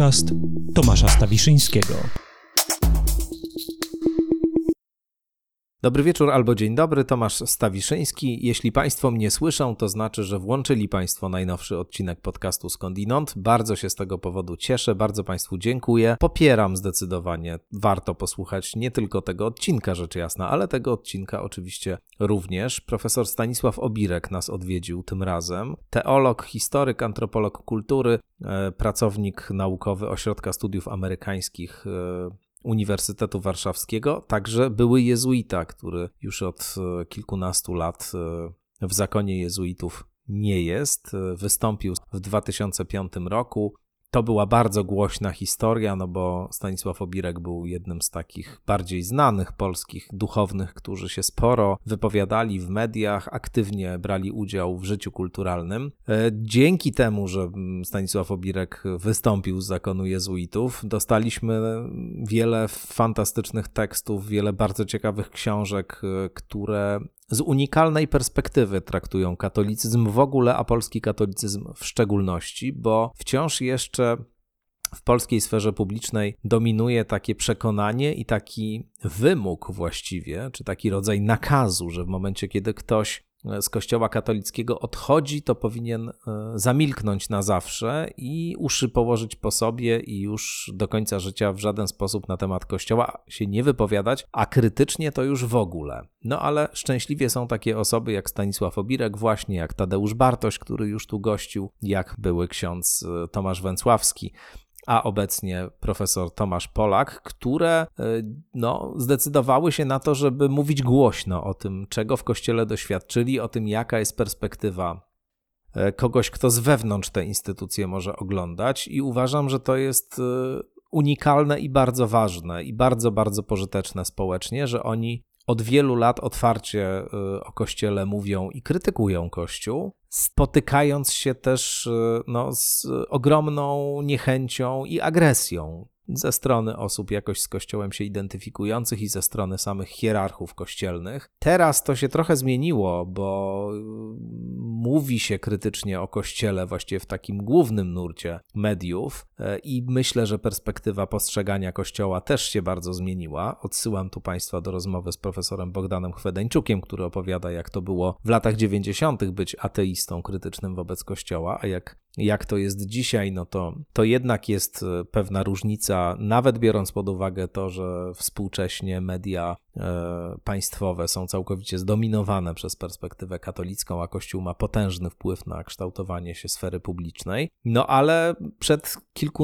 podcast Tomasza Stawiszyńskiego. Dobry wieczór albo dzień dobry, Tomasz Stawiszyński. Jeśli Państwo mnie słyszą, to znaczy, że włączyli Państwo najnowszy odcinek podcastu Skądinąd. Bardzo się z tego powodu cieszę, bardzo Państwu dziękuję. Popieram zdecydowanie, warto posłuchać nie tylko tego odcinka, rzecz jasna, ale tego odcinka oczywiście również. Profesor Stanisław Obirek nas odwiedził tym razem. Teolog, historyk, antropolog kultury, pracownik naukowy Ośrodka Studiów Amerykańskich Uniwersytetu Warszawskiego, także były jezuita, który już od kilkunastu lat w zakonie jezuitów nie jest. Wystąpił w 2005 roku. To była bardzo głośna historia, no bo Stanisław Obirek był jednym z takich bardziej znanych polskich duchownych, którzy się sporo wypowiadali w mediach, aktywnie brali udział w życiu kulturalnym. Dzięki temu, że Stanisław Obirek wystąpił z zakonu jezuitów, dostaliśmy wiele fantastycznych tekstów, wiele bardzo ciekawych książek, które z unikalnej perspektywy traktują katolicyzm w ogóle, a polski katolicyzm w szczególności, bo wciąż jeszcze w polskiej sferze publicznej dominuje takie przekonanie i taki wymóg właściwie, czy taki rodzaj nakazu, że w momencie, kiedy ktoś z Kościoła katolickiego odchodzi, to powinien zamilknąć na zawsze i uszy położyć po sobie i już do końca życia w żaden sposób na temat Kościoła się nie wypowiadać, a krytycznie to już w ogóle. No ale szczęśliwie są takie osoby jak Stanisław Obirek, właśnie jak Tadeusz Bartoś, który już tu gościł, jak były ksiądz Tomasz Węcławski, a obecnie profesor Tomasz Polak, które zdecydowały się na to, żeby mówić głośno o tym, czego w Kościele doświadczyli, o tym, jaka jest perspektywa kogoś, kto z wewnątrz tę instytucję może oglądać, i uważam, że to jest unikalne i bardzo ważne i bardzo, bardzo pożyteczne społecznie, że oni od wielu lat otwarcie o Kościele mówią i krytykują Kościół, spotykając się też z ogromną niechęcią i agresją ze strony osób jakoś z Kościołem się identyfikujących i ze strony samych hierarchów kościelnych. Teraz to się trochę zmieniło, bo mówi się krytycznie o Kościele właściwie w takim głównym nurcie mediów i myślę, że perspektywa postrzegania Kościoła też się bardzo zmieniła. Odsyłam tu Państwa do rozmowy z profesorem Bogdanem Chwedeńczukiem, który opowiada, jak to było w latach 90. być ateistą krytycznym wobec Kościoła, a jak to jest dzisiaj, no to jednak jest pewna różnica, nawet biorąc pod uwagę to, że współcześnie media państwowe są całkowicie zdominowane przez perspektywę katolicką, a Kościół ma potężny wpływ na kształtowanie się sfery publicznej. No ale przed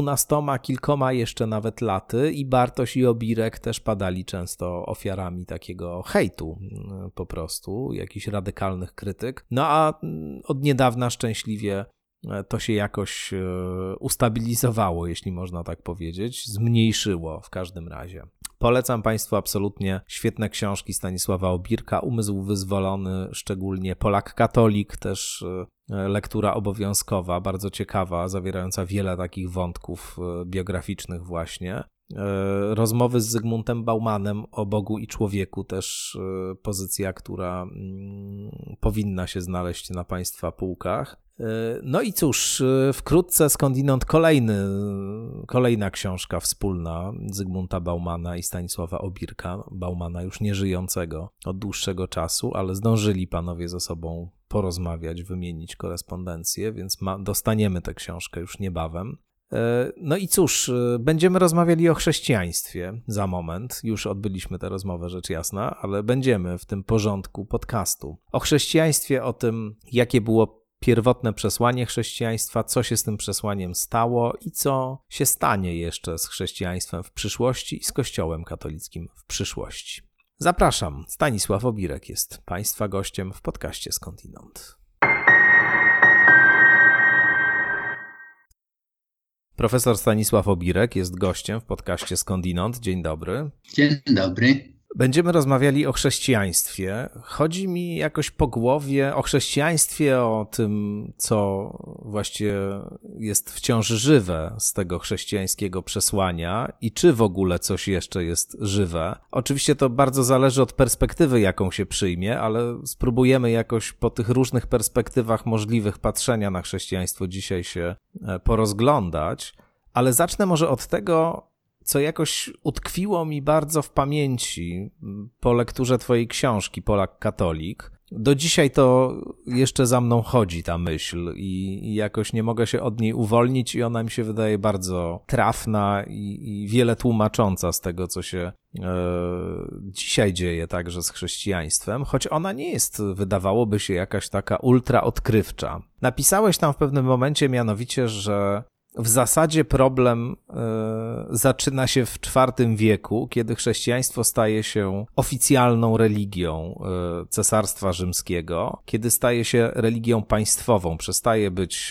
kilkoma jeszcze nawet laty i Bartoś i Obirek też padali często ofiarami takiego hejtu po prostu, jakichś radykalnych krytyk. No a od niedawna szczęśliwie to się jakoś ustabilizowało, jeśli można tak powiedzieć, zmniejszyło w każdym razie. Polecam Państwu absolutnie świetne książki Stanisława Obirka, Umysł wyzwolony, szczególnie Polak katolik, też lektura obowiązkowa, bardzo ciekawa, zawierająca wiele takich wątków biograficznych właśnie. Rozmowy z Zygmuntem Baumanem o Bogu i człowieku, też pozycja, która powinna się znaleźć na Państwa półkach. No i cóż, wkrótce skądinąd kolejna książka wspólna Zygmunta Baumana i Stanisława Obirka, Baumana już nieżyjącego od dłuższego czasu, ale zdążyli panowie ze sobą porozmawiać, wymienić korespondencję, więc dostaniemy tę książkę już niebawem. No i cóż, będziemy rozmawiali o chrześcijaństwie za moment, już odbyliśmy tę rozmowę, rzecz jasna, ale będziemy w tym porządku podcastu. O chrześcijaństwie, o tym, jakie było pierwotne przesłanie chrześcijaństwa, co się z tym przesłaniem stało i co się stanie jeszcze z chrześcijaństwem w przyszłości i z Kościołem katolickim w przyszłości. Zapraszam, Stanisław Obirek jest Państwa gościem w podcaście Skądinąd. Profesor Stanisław Obirek jest gościem w podcaście Skądinąd. Dzień dobry. Dzień dobry. Będziemy rozmawiali o chrześcijaństwie. Chodzi mi jakoś po głowie o chrześcijaństwie, o tym, co właściwie jest wciąż żywe z tego chrześcijańskiego przesłania i czy w ogóle coś jeszcze jest żywe. Oczywiście to bardzo zależy od perspektywy, jaką się przyjmie, ale spróbujemy jakoś po tych różnych perspektywach możliwych patrzenia na chrześcijaństwo dzisiaj się porozglądać. Ale zacznę może od tego, co jakoś utkwiło mi bardzo w pamięci po lekturze twojej książki Polak Katolik. Do dzisiaj to jeszcze za mną chodzi ta myśl i jakoś nie mogę się od niej uwolnić i ona mi się wydaje bardzo trafna i wiele tłumacząca z tego, co się dzisiaj dzieje także z chrześcijaństwem, choć ona nie jest, wydawałoby się, jakaś taka ultra odkrywcza. Napisałeś tam w pewnym momencie mianowicie, że w zasadzie problem zaczyna się w IV wieku, kiedy chrześcijaństwo staje się oficjalną religią Cesarstwa Rzymskiego, kiedy staje się religią państwową, przestaje być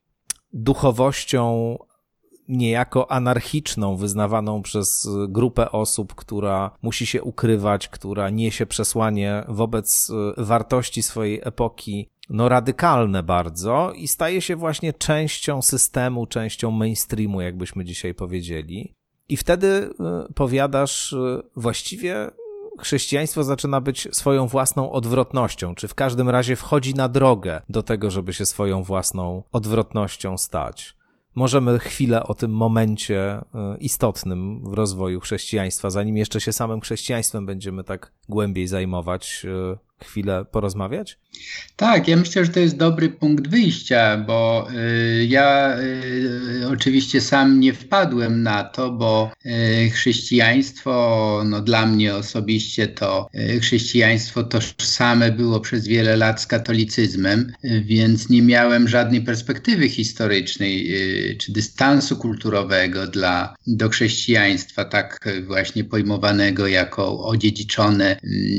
duchowością niejako anarchiczną, wyznawaną przez grupę osób, która musi się ukrywać, która niesie przesłanie wobec wartości swojej epoki, radykalne bardzo i staje się właśnie częścią systemu, częścią mainstreamu, jakbyśmy dzisiaj powiedzieli. I wtedy powiadasz, właściwie chrześcijaństwo zaczyna być swoją własną odwrotnością, czy w każdym razie wchodzi na drogę do tego, żeby się swoją własną odwrotnością stać. Możemy chwilę o tym momencie istotnym w rozwoju chrześcijaństwa, zanim jeszcze się samym chrześcijaństwem będziemy tak głębiej zajmować, chwilę porozmawiać? Tak, ja myślę, że to jest dobry punkt wyjścia, bo ja oczywiście sam nie wpadłem na to, bo chrześcijaństwo, dla mnie osobiście to chrześcijaństwo tożsame było przez wiele lat z katolicyzmem, więc nie miałem żadnej perspektywy historycznej czy dystansu kulturowego do chrześcijaństwa, tak właśnie pojmowanego jako odziedziczone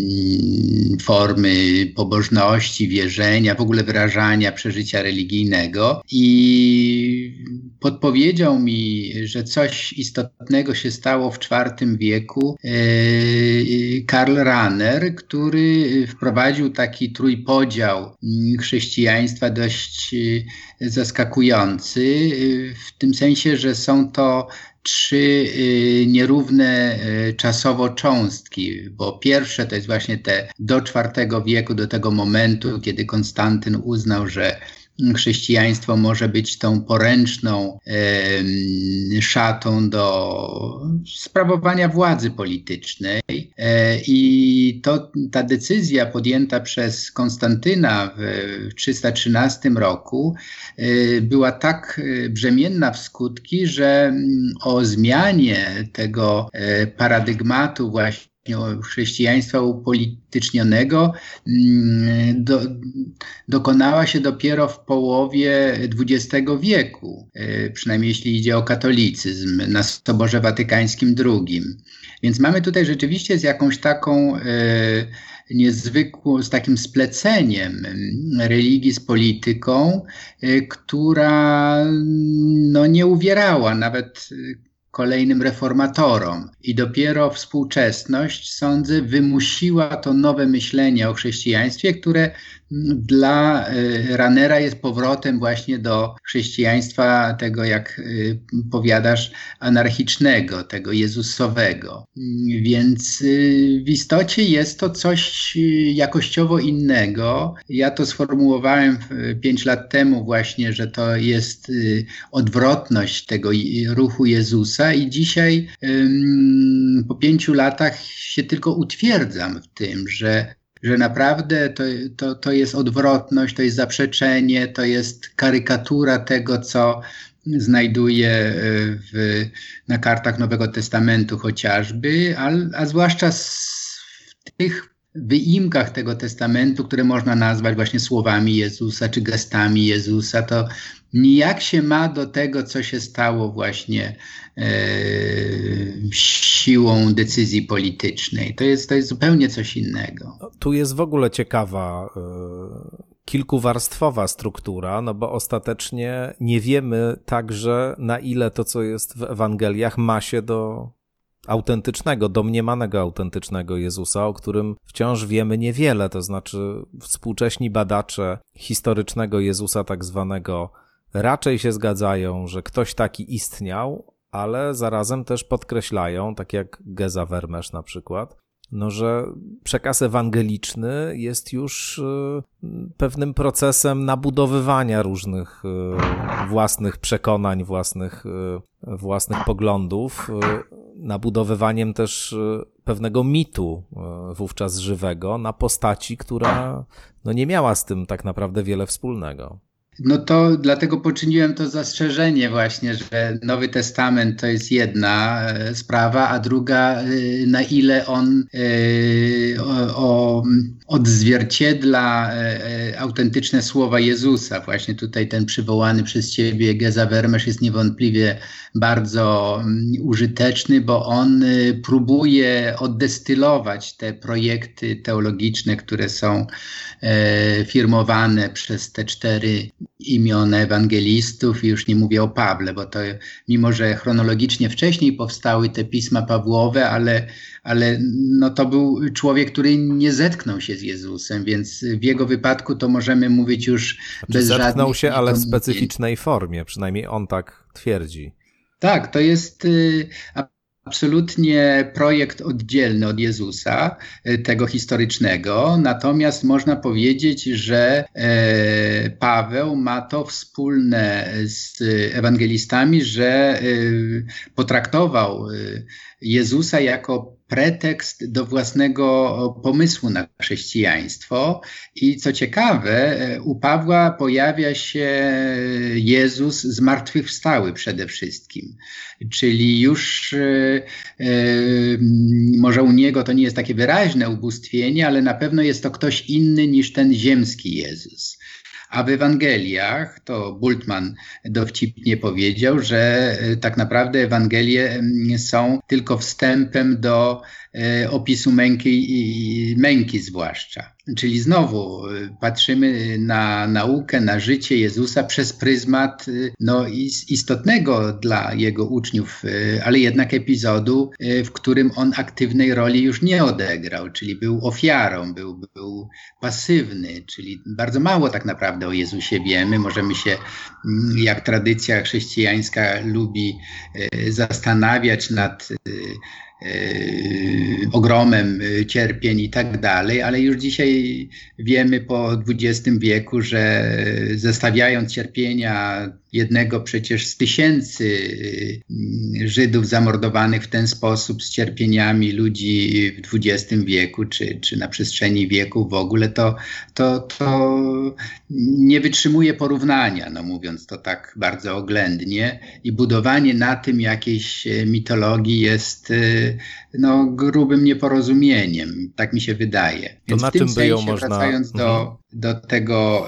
formy pobożności, wierzenia, w ogóle wyrażania przeżycia religijnego i podpowiedział mi, że coś istotnego się stało w IV wieku Karl Rahner, który wprowadził taki trójpodział chrześcijaństwa dość zaskakujący, w tym sensie, że są to trzy nierówne czasowo cząstki, bo pierwsze to jest właśnie te do IV wieku, do tego momentu, kiedy Konstantyn uznał, że chrześcijaństwo może być tą poręczną szatą do sprawowania władzy politycznej i ta decyzja podjęta przez Konstantyna w 313 roku była tak brzemienna w skutki, że o zmianie tego paradygmatu właśnie chrześcijaństwa upolitycznionego dokonała się dopiero w połowie XX wieku, przynajmniej jeśli idzie o katolicyzm, na Soborze Watykańskim II. Więc mamy tutaj rzeczywiście z jakąś taką z takim spleceniem religii z polityką, która nie uwierała nawet kolejnym reformatorom. I dopiero współczesność, sądzę, wymusiła to nowe myślenie o chrześcijaństwie, które dla Rahnera jest powrotem właśnie do chrześcijaństwa tego, jak powiadasz, anarchicznego, tego jezusowego. Więc w istocie jest to coś jakościowo innego. Ja to sformułowałem 5 lat temu właśnie, że to jest odwrotność tego ruchu Jezusa i dzisiaj po 5 latach się tylko utwierdzam w tym, że naprawdę to jest odwrotność, to jest zaprzeczenie, to jest karykatura tego, co znajduję na kartach Nowego Testamentu chociażby, a zwłaszcza w tych wyimkach tego testamentu, które można nazwać właśnie słowami Jezusa czy gestami Jezusa, to nijak się ma do tego, co się stało właśnie siłą decyzji politycznej. To jest zupełnie coś innego. Tu jest w ogóle ciekawa kilkuwarstwowa struktura, bo ostatecznie nie wiemy także, na ile to, co jest w Ewangeliach, ma się do autentycznego, domniemanego autentycznego Jezusa, o którym wciąż wiemy niewiele, to znaczy współcześni badacze historycznego Jezusa tak zwanego raczej się zgadzają, że ktoś taki istniał, ale zarazem też podkreślają, tak jak Geza Vermes na przykład, że przekaz ewangeliczny jest już pewnym procesem nabudowywania różnych własnych przekonań, własnych poglądów, nabudowywaniem też pewnego mitu wówczas żywego na postaci, która nie miała z tym tak naprawdę wiele wspólnego. No to dlatego poczyniłem to zastrzeżenie właśnie, że Nowy Testament to jest jedna sprawa, a druga, na ile on odzwierciedla autentyczne słowa Jezusa. Właśnie tutaj ten przywołany przez ciebie Geza Vermes jest niewątpliwie bardzo użyteczny, bo on próbuje oddestylować te projekty teologiczne, które są firmowane przez te 4 imiona ewangelistów, i już nie mówię o Pawle, bo to mimo, że chronologicznie wcześniej powstały te pisma Pawłowe, ale to był człowiek, który nie zetknął się z Jezusem, więc w jego wypadku to możemy mówić już bez żadnych... Zetknął się, ale w specyficznej formie, przynajmniej on tak twierdzi. Tak, to jest absolutnie projekt oddzielny od Jezusa, tego historycznego, natomiast można powiedzieć, że Paweł ma to wspólne z ewangelistami, że potraktował Jezusa jako pretekst do własnego pomysłu na chrześcijaństwo. I co ciekawe, u Pawła pojawia się Jezus zmartwychwstały przede wszystkim. Czyli już może u niego to nie jest takie wyraźne ubóstwienie, ale na pewno jest to ktoś inny niż ten ziemski Jezus. A w Ewangeliach, to Bultmann dowcipnie powiedział, że tak naprawdę Ewangelie są tylko wstępem do opisu męki zwłaszcza. Czyli znowu patrzymy na naukę, na życie Jezusa przez pryzmat istotnego dla jego uczniów, ale jednak epizodu, w którym on aktywnej roli już nie odegrał, czyli był ofiarą, był pasywny, czyli bardzo mało tak naprawdę o Jezusie wiemy. Możemy się, jak tradycja chrześcijańska lubi, zastanawiać nad ogromem cierpień i tak dalej, ale już dzisiaj wiemy po XX wieku, że zestawiając cierpienia jednego przecież z 1000 Żydów zamordowanych w ten sposób z cierpieniami ludzi w XX wieku, czy na przestrzeni wieku w ogóle, to nie wytrzymuje porównania, mówiąc to tak bardzo oględnie, i budowanie na tym jakiejś mitologii jest grubym nieporozumieniem, tak mi się wydaje. Więc na w tym czym by ją sensie, można... wracając do tego,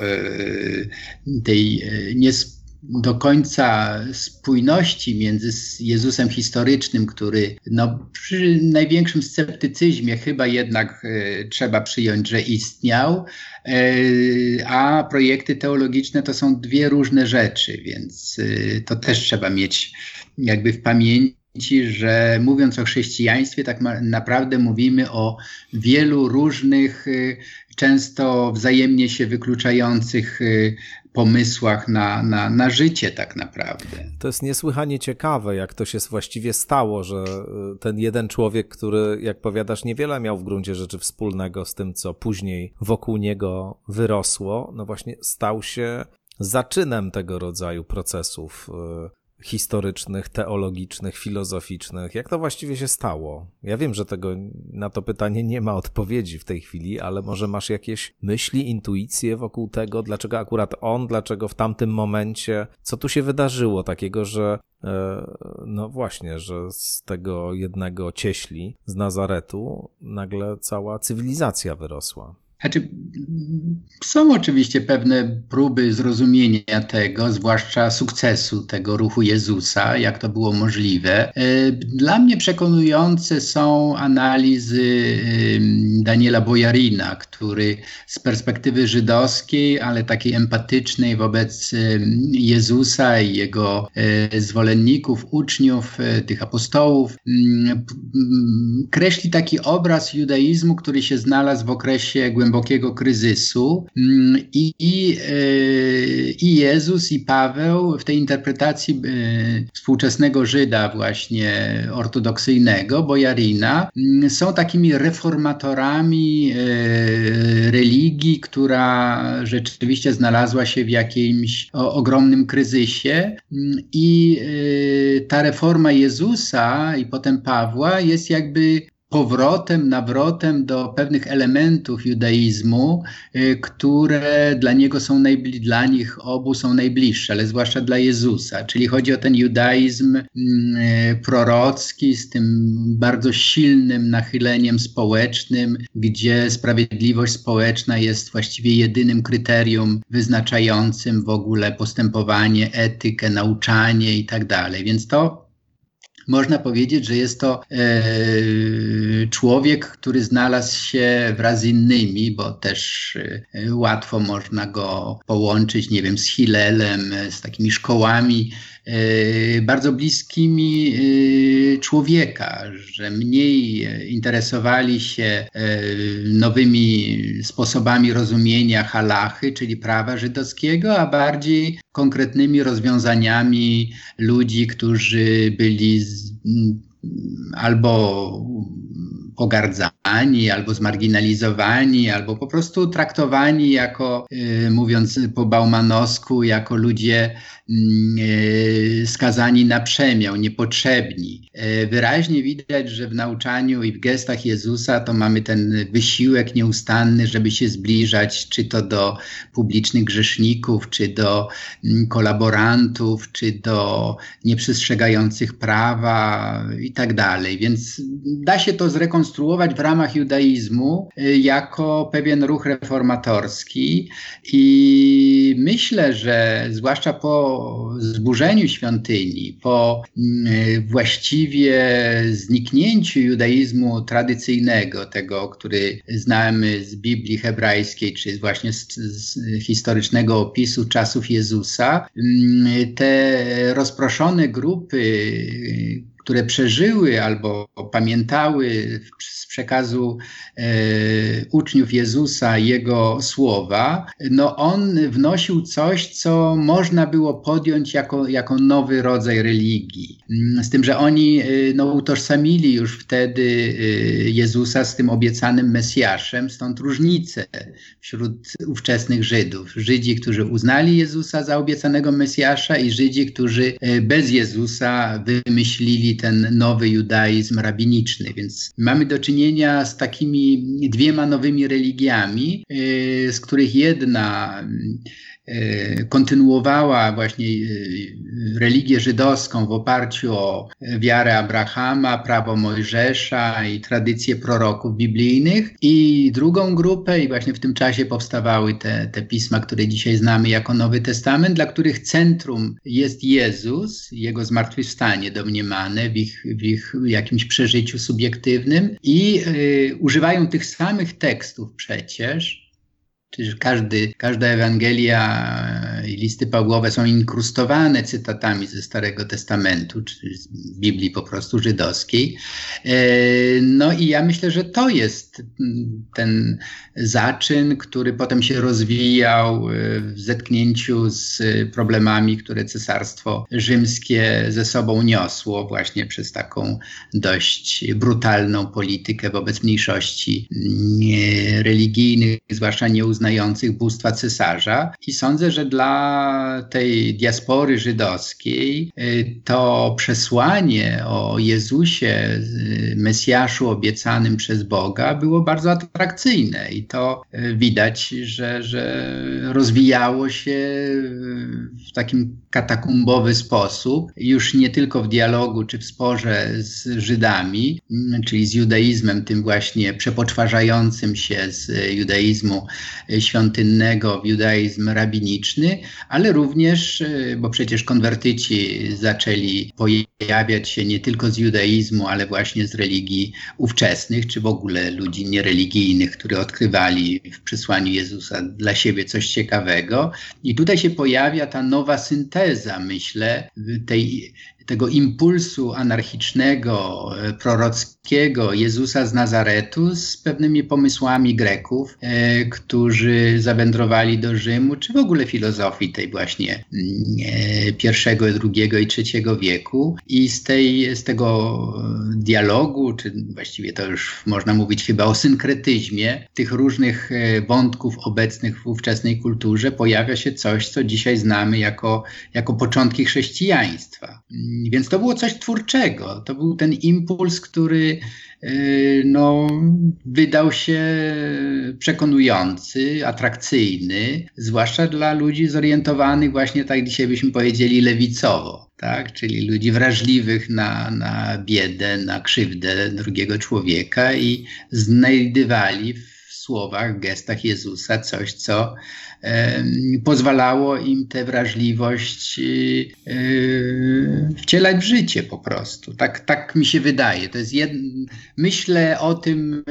tej do końca spójności między Jezusem historycznym, który przy największym sceptycyzmie chyba jednak trzeba przyjąć, że istniał, a projekty teologiczne to są 2 różne rzeczy, więc to też trzeba mieć jakby w pamięci, że mówiąc o chrześcijaństwie, tak naprawdę mówimy o wielu różnych, często wzajemnie się wykluczających pomysłach na życie tak naprawdę. To jest niesłychanie ciekawe, jak to się właściwie stało, że ten jeden człowiek, który, jak powiadasz, niewiele miał w gruncie rzeczy wspólnego z tym, co później wokół niego wyrosło, właśnie stał się zaczynem tego rodzaju procesów historycznych, teologicznych, filozoficznych. Jak to właściwie się stało? Ja wiem, że na to pytanie nie ma odpowiedzi w tej chwili, ale może masz jakieś myśli, intuicje wokół tego, dlaczego akurat on, dlaczego w tamtym momencie, co tu się wydarzyło takiego, że właśnie, że z tego jednego cieśli z Nazaretu nagle cała cywilizacja wyrosła. Znaczy, są oczywiście pewne próby zrozumienia tego, zwłaszcza sukcesu tego ruchu Jezusa, jak to było możliwe. Dla mnie przekonujące są analizy Daniela Bojarina, który z perspektywy żydowskiej, ale takiej empatycznej wobec Jezusa i jego zwolenników, uczniów, tych apostołów, kreśli taki obraz judaizmu, który się znalazł w okresie głębokiego kryzysu. kryzysu i Jezus i Paweł w tej interpretacji współczesnego Żyda właśnie ortodoksyjnego, bojarina, są takimi reformatorami religii, która rzeczywiście znalazła się w jakimś ogromnym kryzysie i ta reforma Jezusa i potem Pawła jest jakby nawrotem do pewnych elementów judaizmu, które dla nich obu są najbliższe, ale zwłaszcza dla Jezusa. Czyli chodzi o ten judaizm prorocki z tym bardzo silnym nachyleniem społecznym, gdzie sprawiedliwość społeczna jest właściwie jedynym kryterium wyznaczającym w ogóle postępowanie, etykę, nauczanie i tak dalej. Więc to można powiedzieć, że jest to człowiek, który znalazł się wraz z innymi, bo też łatwo można go połączyć, nie wiem, z Hillelem, z takimi szkołami bardzo bliskimi człowieka, że mniej interesowali się nowymi sposobami rozumienia halachy, czyli prawa żydowskiego, a bardziej konkretnymi rozwiązaniami ludzi, którzy byli albo pogardzani, albo zmarginalizowani, albo po prostu traktowani jako, mówiąc po baumanowsku, jako ludzie skazani na przemiał, niepotrzebni. Wyraźnie widać, że w nauczaniu i w gestach Jezusa to mamy ten wysiłek nieustanny, żeby się zbliżać, czy to do publicznych grzeszników, czy do kolaborantów, czy do nieprzestrzegających prawa i tak dalej. Więc da się to zrekonstruować w ramach judaizmu jako pewien ruch reformatorski i myślę, że zwłaszcza po zburzeniu świątyni, po właściwie zniknięciu judaizmu tradycyjnego, tego, który znamy z Biblii hebrajskiej, czy właśnie z historycznego opisu czasów Jezusa, te rozproszone grupy, które przeżyły albo pamiętały z przekazu uczniów Jezusa Jego słowa, no on wnosił coś, co można było podjąć jako nowy rodzaj religii. Z tym, że oni utożsamili już wtedy Jezusa z tym obiecanym Mesjaszem, stąd różnice wśród ówczesnych Żydów. Żydzi, którzy uznali Jezusa za obiecanego Mesjasza i Żydzi, którzy bez Jezusa wymyślili ten nowy judaizm rabiniczny. Więc mamy do czynienia z takimi dwiema nowymi religiami, z których jedna kontynuowała właśnie religię żydowską w oparciu o wiarę Abrahama, prawo Mojżesza i tradycje proroków biblijnych, i drugą grupę, i właśnie w tym czasie powstawały te pisma, które dzisiaj znamy jako Nowy Testament, dla których centrum jest Jezus, Jego zmartwychwstanie domniemane w ich jakimś przeżyciu subiektywnym, i używają tych samych tekstów przecież. Czyż każda Ewangelia i listy Pawłowe są inkrustowane cytatami ze Starego Testamentu, czy z Biblii po prostu żydowskiej. No i ja myślę, że to jest ten zaczyn, który potem się rozwijał w zetknięciu z problemami, które Cesarstwo Rzymskie ze sobą niosło właśnie przez taką dość brutalną politykę wobec mniejszości religijnych, zwłaszcza nieuznających bóstwa cesarza. I sądzę, że dla tej diaspory żydowskiej to przesłanie o Jezusie, Mesjaszu obiecanym przez Boga, było bardzo atrakcyjne i to widać, że rozwijało się w takim katakumbowy sposób, już nie tylko w dialogu czy w sporze z Żydami, czyli z judaizmem tym właśnie przepoczwarzającym się z judaizmu świątynnego w judaizm rabiniczny, ale również, bo przecież konwertyci zaczęli pojawiać się nie tylko z judaizmu, ale właśnie z religii ówczesnych, czy w ogóle ludzi niereligijnych, którzy odkrywali w przesłaniu Jezusa dla siebie coś ciekawego. I tutaj się pojawia ta nowa synteza, myślę, tej tego impulsu anarchicznego, prorockiego Jezusa z Nazaretu z pewnymi pomysłami Greków, którzy zawędrowali do Rzymu, czy w ogóle filozofii tej właśnie I, II i III wieku. I z tego dialogu, czy właściwie to już można mówić chyba o synkretyzmie tych różnych wątków obecnych w ówczesnej kulturze, pojawia się coś, co dzisiaj znamy jako początki chrześcijaństwa. Więc to było coś twórczego. To był ten impuls, który wydał się przekonujący, atrakcyjny, zwłaszcza dla ludzi zorientowanych właśnie, tak dzisiaj byśmy powiedzieli, lewicowo, tak? Czyli ludzi wrażliwych na biedę, na krzywdę drugiego człowieka i znajdywali w słowach, gestach Jezusa coś, co pozwalało im tę wrażliwość wcielać w życie po prostu. Tak mi się wydaje. To jest myślę o tym,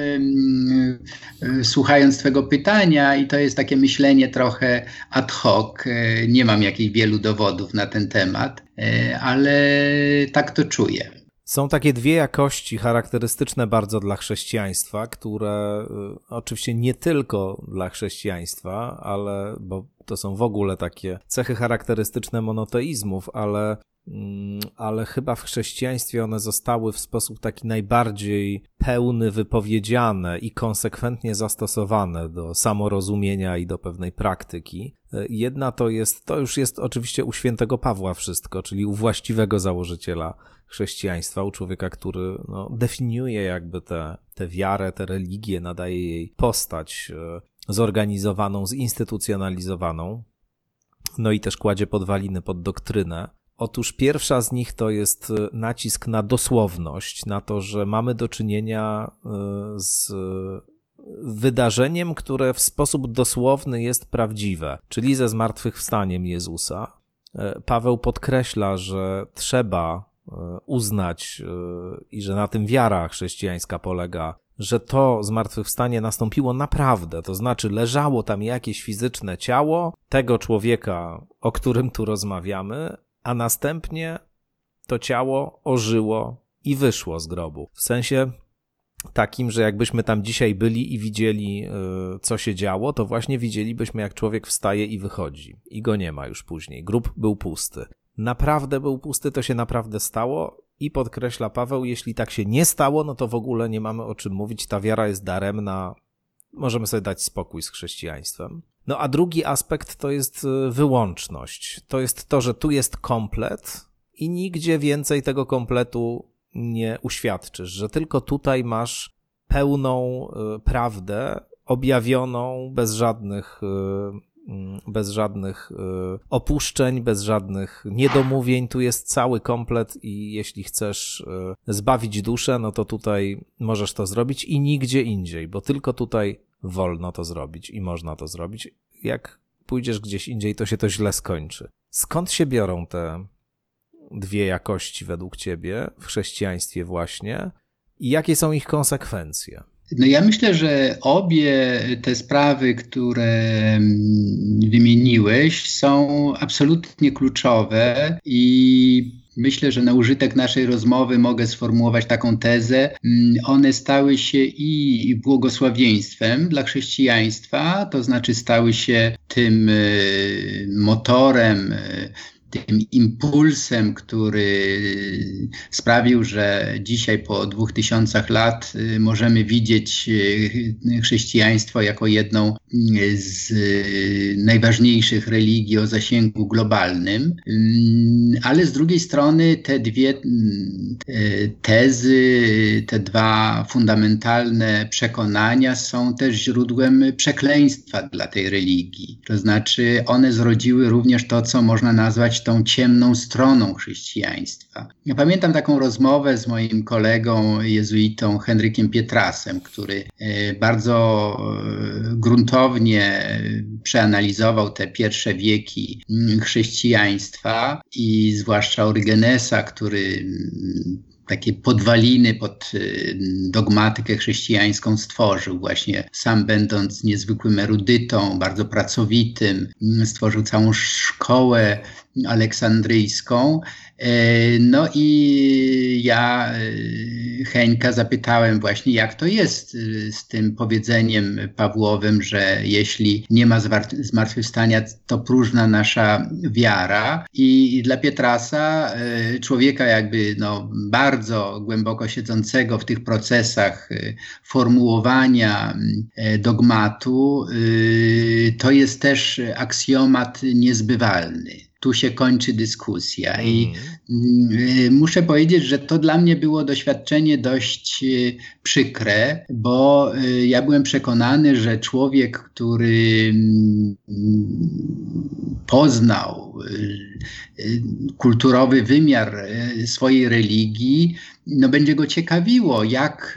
słuchając twego pytania, i to jest takie myślenie trochę ad hoc. Nie mam jakichś wielu dowodów na ten temat, ale tak to czuję. Są takie dwie jakości charakterystyczne bardzo dla chrześcijaństwa, które oczywiście nie tylko dla chrześcijaństwa, bo to są w ogóle takie cechy charakterystyczne monoteizmów, ale chyba w chrześcijaństwie one zostały w sposób taki najbardziej pełny wypowiedziane i konsekwentnie zastosowane do samorozumienia i do pewnej praktyki. Jedna to już jest oczywiście u świętego Pawła wszystko, czyli u właściwego założyciela chrześcijaństwa, u człowieka, który definiuje jakby tę wiarę, tę religię, nadaje jej postać zorganizowaną, zinstytucjonalizowaną, no i też kładzie podwaliny pod doktrynę. Otóż pierwsza z nich to jest nacisk na dosłowność, na to, że mamy do czynienia z wydarzeniem, które w sposób dosłowny jest prawdziwe, czyli ze zmartwychwstaniem Jezusa. Paweł podkreśla, że trzeba uznać i że na tym wiara chrześcijańska polega, że to zmartwychwstanie nastąpiło naprawdę, to znaczy leżało tam jakieś fizyczne ciało tego człowieka, o którym tu rozmawiamy, a następnie to ciało ożyło i wyszło z grobu. W sensie takim, że jakbyśmy tam dzisiaj byli i widzieli, co się działo, to właśnie widzielibyśmy, jak człowiek wstaje i wychodzi. I go nie ma już później. Grób był pusty. Naprawdę był pusty, to się naprawdę stało i podkreśla Paweł, jeśli tak się nie stało, no to w ogóle nie mamy o czym mówić, ta wiara jest daremna, możemy sobie dać spokój z chrześcijaństwem. No a drugi aspekt to jest wyłączność. To jest to, że tu jest komplet i nigdzie więcej tego kompletu nie uświadczysz, że tylko tutaj masz pełną prawdę objawioną bez żadnych opuszczeń, bez żadnych niedomówień. Tu jest cały komplet i jeśli chcesz zbawić duszę, no to tutaj możesz to zrobić i nigdzie indziej, bo tylko tutaj wolno to zrobić i można to zrobić. Jak pójdziesz gdzieś indziej, to się to źle skończy. Skąd się biorą te dwie jakości według ciebie w chrześcijaństwie właśnie i jakie są ich konsekwencje? No ja myślę, że obie te sprawy, które wymieniłeś, są absolutnie kluczowe i myślę, że na użytek naszej rozmowy mogę sformułować taką tezę. One stały się i błogosławieństwem dla chrześcijaństwa, to znaczy stały się tym motorem, tym impulsem, który sprawił, że dzisiaj po 2000 lat możemy widzieć chrześcijaństwo jako jedną z najważniejszych religii o zasięgu globalnym. Ale z drugiej strony te dwie tezy, te dwa fundamentalne przekonania są też źródłem przekleństwa dla tej religii. To znaczy one zrodziły również to, co można nazwać tą ciemną stroną chrześcijaństwa. Ja pamiętam taką rozmowę z moim kolegą jezuitą Henrykiem Pietrasem, który bardzo gruntownie przeanalizował te pierwsze wieki chrześcijaństwa i zwłaszcza Orygenesa, który takie podwaliny pod dogmatykę chrześcijańską stworzył. Właśnie sam będąc niezwykłym erudytą, bardzo pracowitym, stworzył całą szkołę aleksandryjską. No i ja Heńka zapytałem właśnie, jak to jest z tym powiedzeniem Pawłowym, że jeśli nie ma zmartwychwstania, to próżna nasza wiara. I dla Pietrasa, człowieka jakby bardzo głęboko siedzącego w tych procesach formułowania dogmatu, to jest też aksjomat niezbywalny. Tu się kończy dyskusja i muszę powiedzieć, że to dla mnie było doświadczenie dość przykre, bo ja byłem przekonany, że człowiek, który poznał kulturowy wymiar swojej religii, będzie go ciekawiło, jak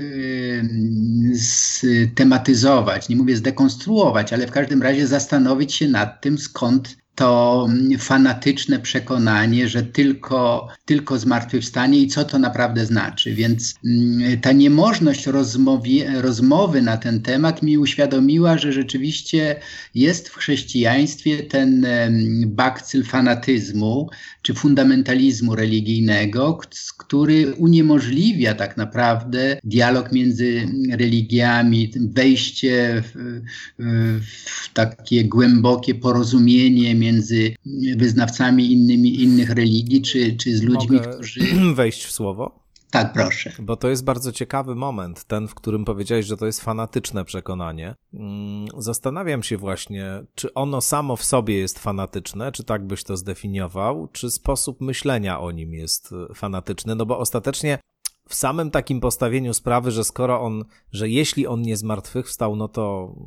stematyzować, nie mówię zdekonstruować, ale w każdym razie zastanowić się nad tym, skąd to fanatyczne przekonanie, że tylko zmartwychwstanie i co to naprawdę znaczy. Więc ta niemożność rozmowy na ten temat mi uświadomiła, że rzeczywiście jest w chrześcijaństwie ten bakcyl fanatyzmu czy fundamentalizmu religijnego, który uniemożliwia tak naprawdę dialog między religiami, wejście w takie głębokie porozumienie między wyznawcami innych religii, czy z ludźmi, którzy... wejść w słowo? Tak, proszę. Bo to jest bardzo ciekawy moment, ten, w którym powiedziałeś, że to jest fanatyczne przekonanie. Zastanawiam się właśnie, czy ono samo w sobie jest fanatyczne, czy tak byś to zdefiniował, czy sposób myślenia o nim jest fanatyczny, bo ostatecznie w samym takim postawieniu sprawy, że jeśli on nie zmartwychwstał, to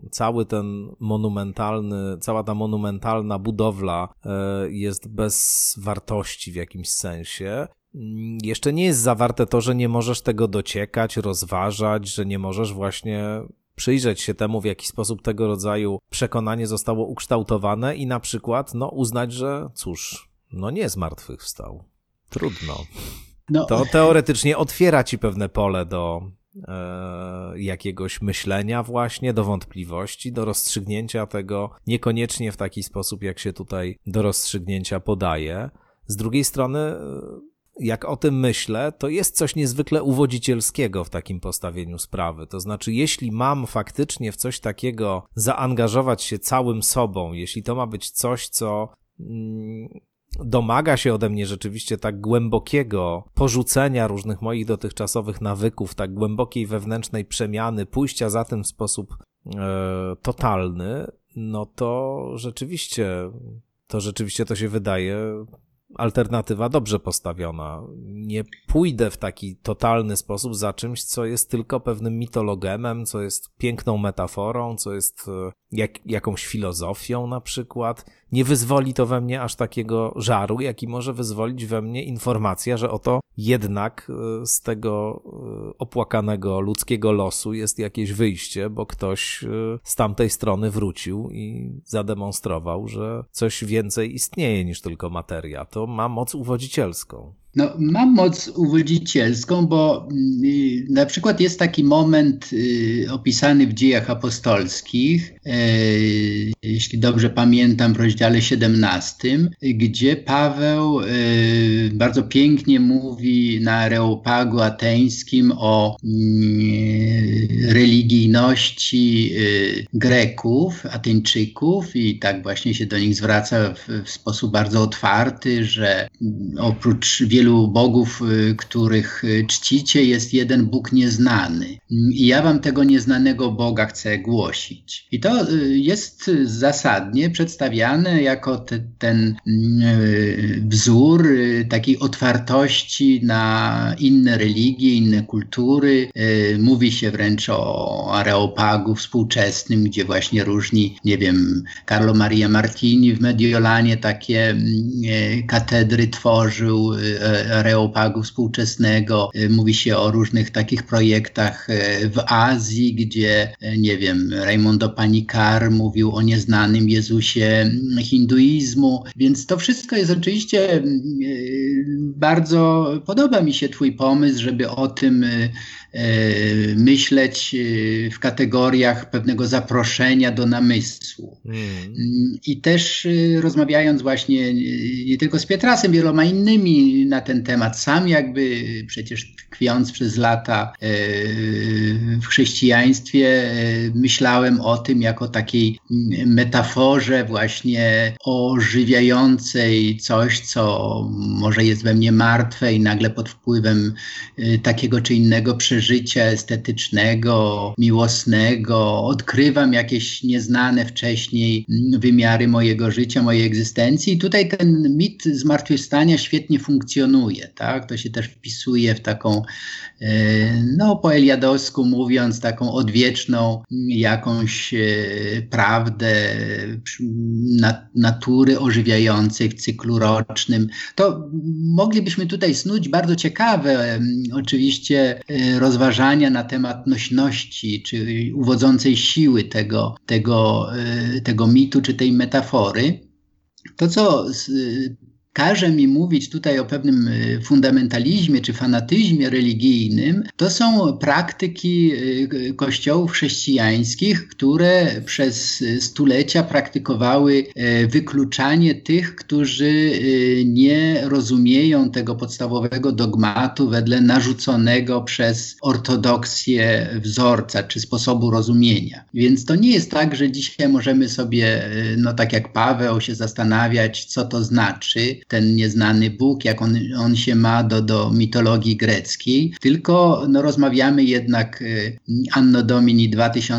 cała ta monumentalna budowla jest bez wartości w jakimś sensie. Jeszcze nie jest zawarte to, że nie możesz tego dociekać, rozważać, że nie możesz właśnie przyjrzeć się temu, w jaki sposób tego rodzaju przekonanie zostało ukształtowane i na przykład uznać, że nie zmartwychwstał. Trudno. To teoretycznie otwiera ci pewne pole do jakiegoś myślenia właśnie, do wątpliwości, do rozstrzygnięcia tego, niekoniecznie w taki sposób, jak się tutaj do rozstrzygnięcia podaje. Z drugiej strony, jak o tym myślę, to jest coś niezwykle uwodzicielskiego w takim postawieniu sprawy. To znaczy, jeśli mam faktycznie w coś takiego zaangażować się całym sobą, jeśli to ma być coś, co domaga się ode mnie rzeczywiście tak głębokiego porzucenia różnych moich dotychczasowych nawyków, tak głębokiej wewnętrznej przemiany, pójścia za tym w sposób totalny, to rzeczywiście to się wydaje alternatywa dobrze postawiona. Nie pójdę w taki totalny sposób za czymś, co jest tylko pewnym mitologemem, co jest piękną metaforą, co jest jakąś filozofią na przykład. Nie wyzwoli to we mnie aż takiego żaru, jaki może wyzwolić we mnie informacja, że oto jednak z tego opłakanego ludzkiego losu jest jakieś wyjście, bo ktoś z tamtej strony wrócił i zademonstrował, że coś więcej istnieje niż tylko materia. To ma moc uwodzicielską. Mam moc uwodzicielską, bo na przykład jest taki moment opisany w Dziejach Apostolskich, jeśli dobrze pamiętam, w rozdziale 17, gdzie Paweł bardzo pięknie mówi na Areopagu ateńskim o religijności Greków, Ateńczyków i tak właśnie się do nich zwraca w sposób bardzo otwarty, że oprócz wielu bogów, których czcicie, jest jeden Bóg nieznany. I ja wam tego nieznanego Boga chcę głosić. I to jest zasadnie przedstawiane jako ten wzór takiej otwartości na inne religie, inne kultury. Mówi się wręcz o Areopagu współczesnym, gdzie właśnie różni, Carlo Maria Martini w Mediolanie takie katedry tworzył, Areopagu współczesnego, mówi się o różnych takich projektach w Azji, gdzie, nie wiem, Raimondo Panikkar mówił o nieznanym Jezusie hinduizmu, więc to wszystko jest oczywiście bardzo, podoba mi się twój pomysł, żeby o tym myśleć w kategoriach pewnego zaproszenia do namysłu. I też rozmawiając właśnie nie tylko z Pietrasem, wieloma innymi na ten temat, sam jakby przecież tkwiąc przez lata w chrześcijaństwie, myślałem o tym jako takiej metaforze właśnie ożywiającej coś, co może jest we mnie martwe i nagle pod wpływem takiego czy innego przeżycia estetycznego, miłosnego, odkrywam jakieś nieznane wcześniej wymiary mojego życia, mojej egzystencji. I tutaj ten mit zmartwychwstania świetnie funkcjonuje, tak? To się też wpisuje w taką, no po eliadowsku mówiąc, taką odwieczną jakąś prawdę natury ożywiającej w cyklu rocznym. To moglibyśmy tutaj snuć bardzo ciekawe oczywiście rozważania na temat nośności, czy uwodzącej siły tego mitu, czy tej metafory. To, co każe mi mówić tutaj o pewnym fundamentalizmie czy fanatyzmie religijnym, to są praktyki kościołów chrześcijańskich, które przez stulecia praktykowały wykluczanie tych, którzy nie rozumieją tego podstawowego dogmatu wedle narzuconego przez ortodoksję wzorca czy sposobu rozumienia. Więc to nie jest tak, że dzisiaj możemy sobie, no tak jak Paweł, się zastanawiać, co to znaczy ten nieznany Bóg, jak on się ma do mitologii greckiej, tylko no, rozmawiamy jednak Anno Domini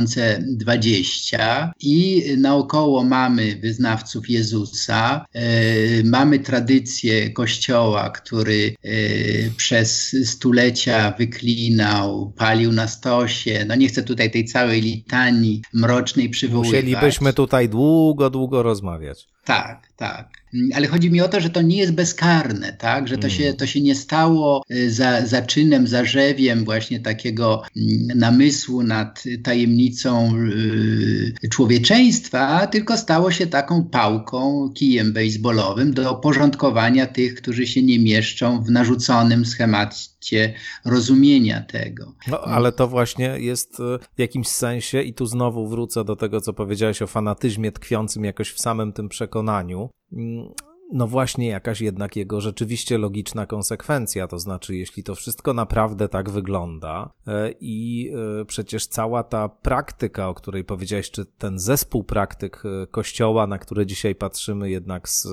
2020 i naokoło mamy wyznawców Jezusa, mamy tradycję Kościoła, który przez stulecia wyklinał, palił na stosie, no nie chcę tutaj tej całej litanii mrocznej przywoływać. Musielibyśmy tutaj długo rozmawiać. Tak. Ale chodzi mi o to, że to nie jest bezkarne, tak? Że to się nie stało za czynem, zarzewiem właśnie takiego namysłu nad tajemnicą człowieczeństwa, tylko stało się taką pałką, kijem bejsbolowym do porządkowania tych, którzy się nie mieszczą w narzuconym schemacie rozumienia tego. No, ale to właśnie jest w jakimś sensie, i tu znowu wrócę do tego, co powiedziałeś o fanatyzmie tkwiącym jakoś w samym tym przekonaniu, no właśnie jakaś jednak jego rzeczywiście logiczna konsekwencja, to znaczy jeśli to wszystko naprawdę tak wygląda i przecież cała ta praktyka, o której powiedziałeś, czy ten zespół praktyk Kościoła, na które dzisiaj patrzymy jednak z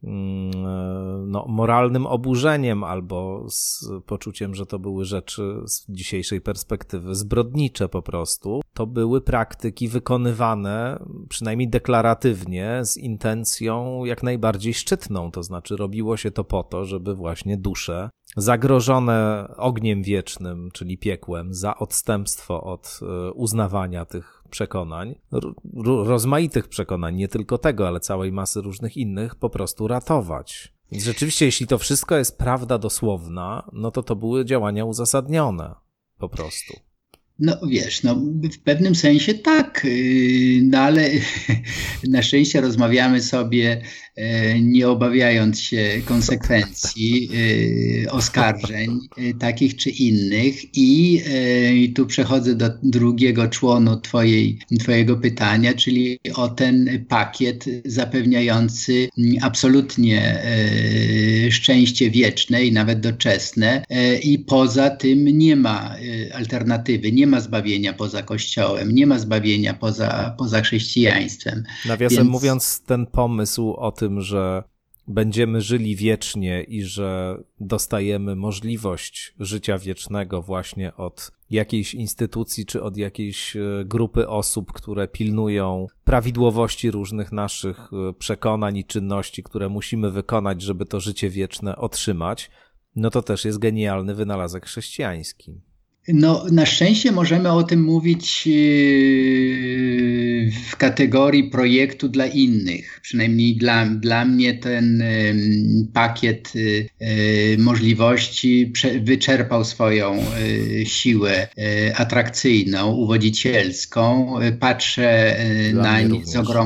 no, moralnym oburzeniem albo z poczuciem, że to były rzeczy z dzisiejszej perspektywy zbrodnicze po prostu, to były praktyki wykonywane przynajmniej deklaratywnie z intencją jak najbardziej szczytną. To znaczy robiło się to po to, żeby właśnie dusze zagrożone ogniem wiecznym, czyli piekłem, za odstępstwo od uznawania tych przekonań, rozmaitych przekonań, nie tylko tego, ale całej masy różnych innych, po prostu ratować. Więc rzeczywiście, jeśli to wszystko jest prawda dosłowna, no to były działania uzasadnione po prostu. No wiesz, no w pewnym sensie tak, no ale na szczęście rozmawiamy sobie nie obawiając się konsekwencji oskarżeń takich czy innych i tu przechodzę do drugiego członu twojego pytania, czyli o ten pakiet zapewniający absolutnie szczęście wieczne i nawet doczesne i poza tym nie ma alternatywy, nie ma zbawienia poza Kościołem, nie ma zbawienia poza chrześcijaństwem. Nawiasem mówiąc, ten pomysł o tym, że będziemy żyli wiecznie i że dostajemy możliwość życia wiecznego właśnie od jakiejś instytucji czy od jakiejś grupy osób, które pilnują prawidłowości różnych naszych przekonań i czynności, które musimy wykonać, żeby to życie wieczne otrzymać, no to też jest genialny wynalazek chrześcijański. No, na szczęście możemy o tym mówić w kategorii projektu dla innych. Przynajmniej dla mnie ten pakiet możliwości wyczerpał swoją siłę atrakcyjną, uwodzicielską. Patrzę nań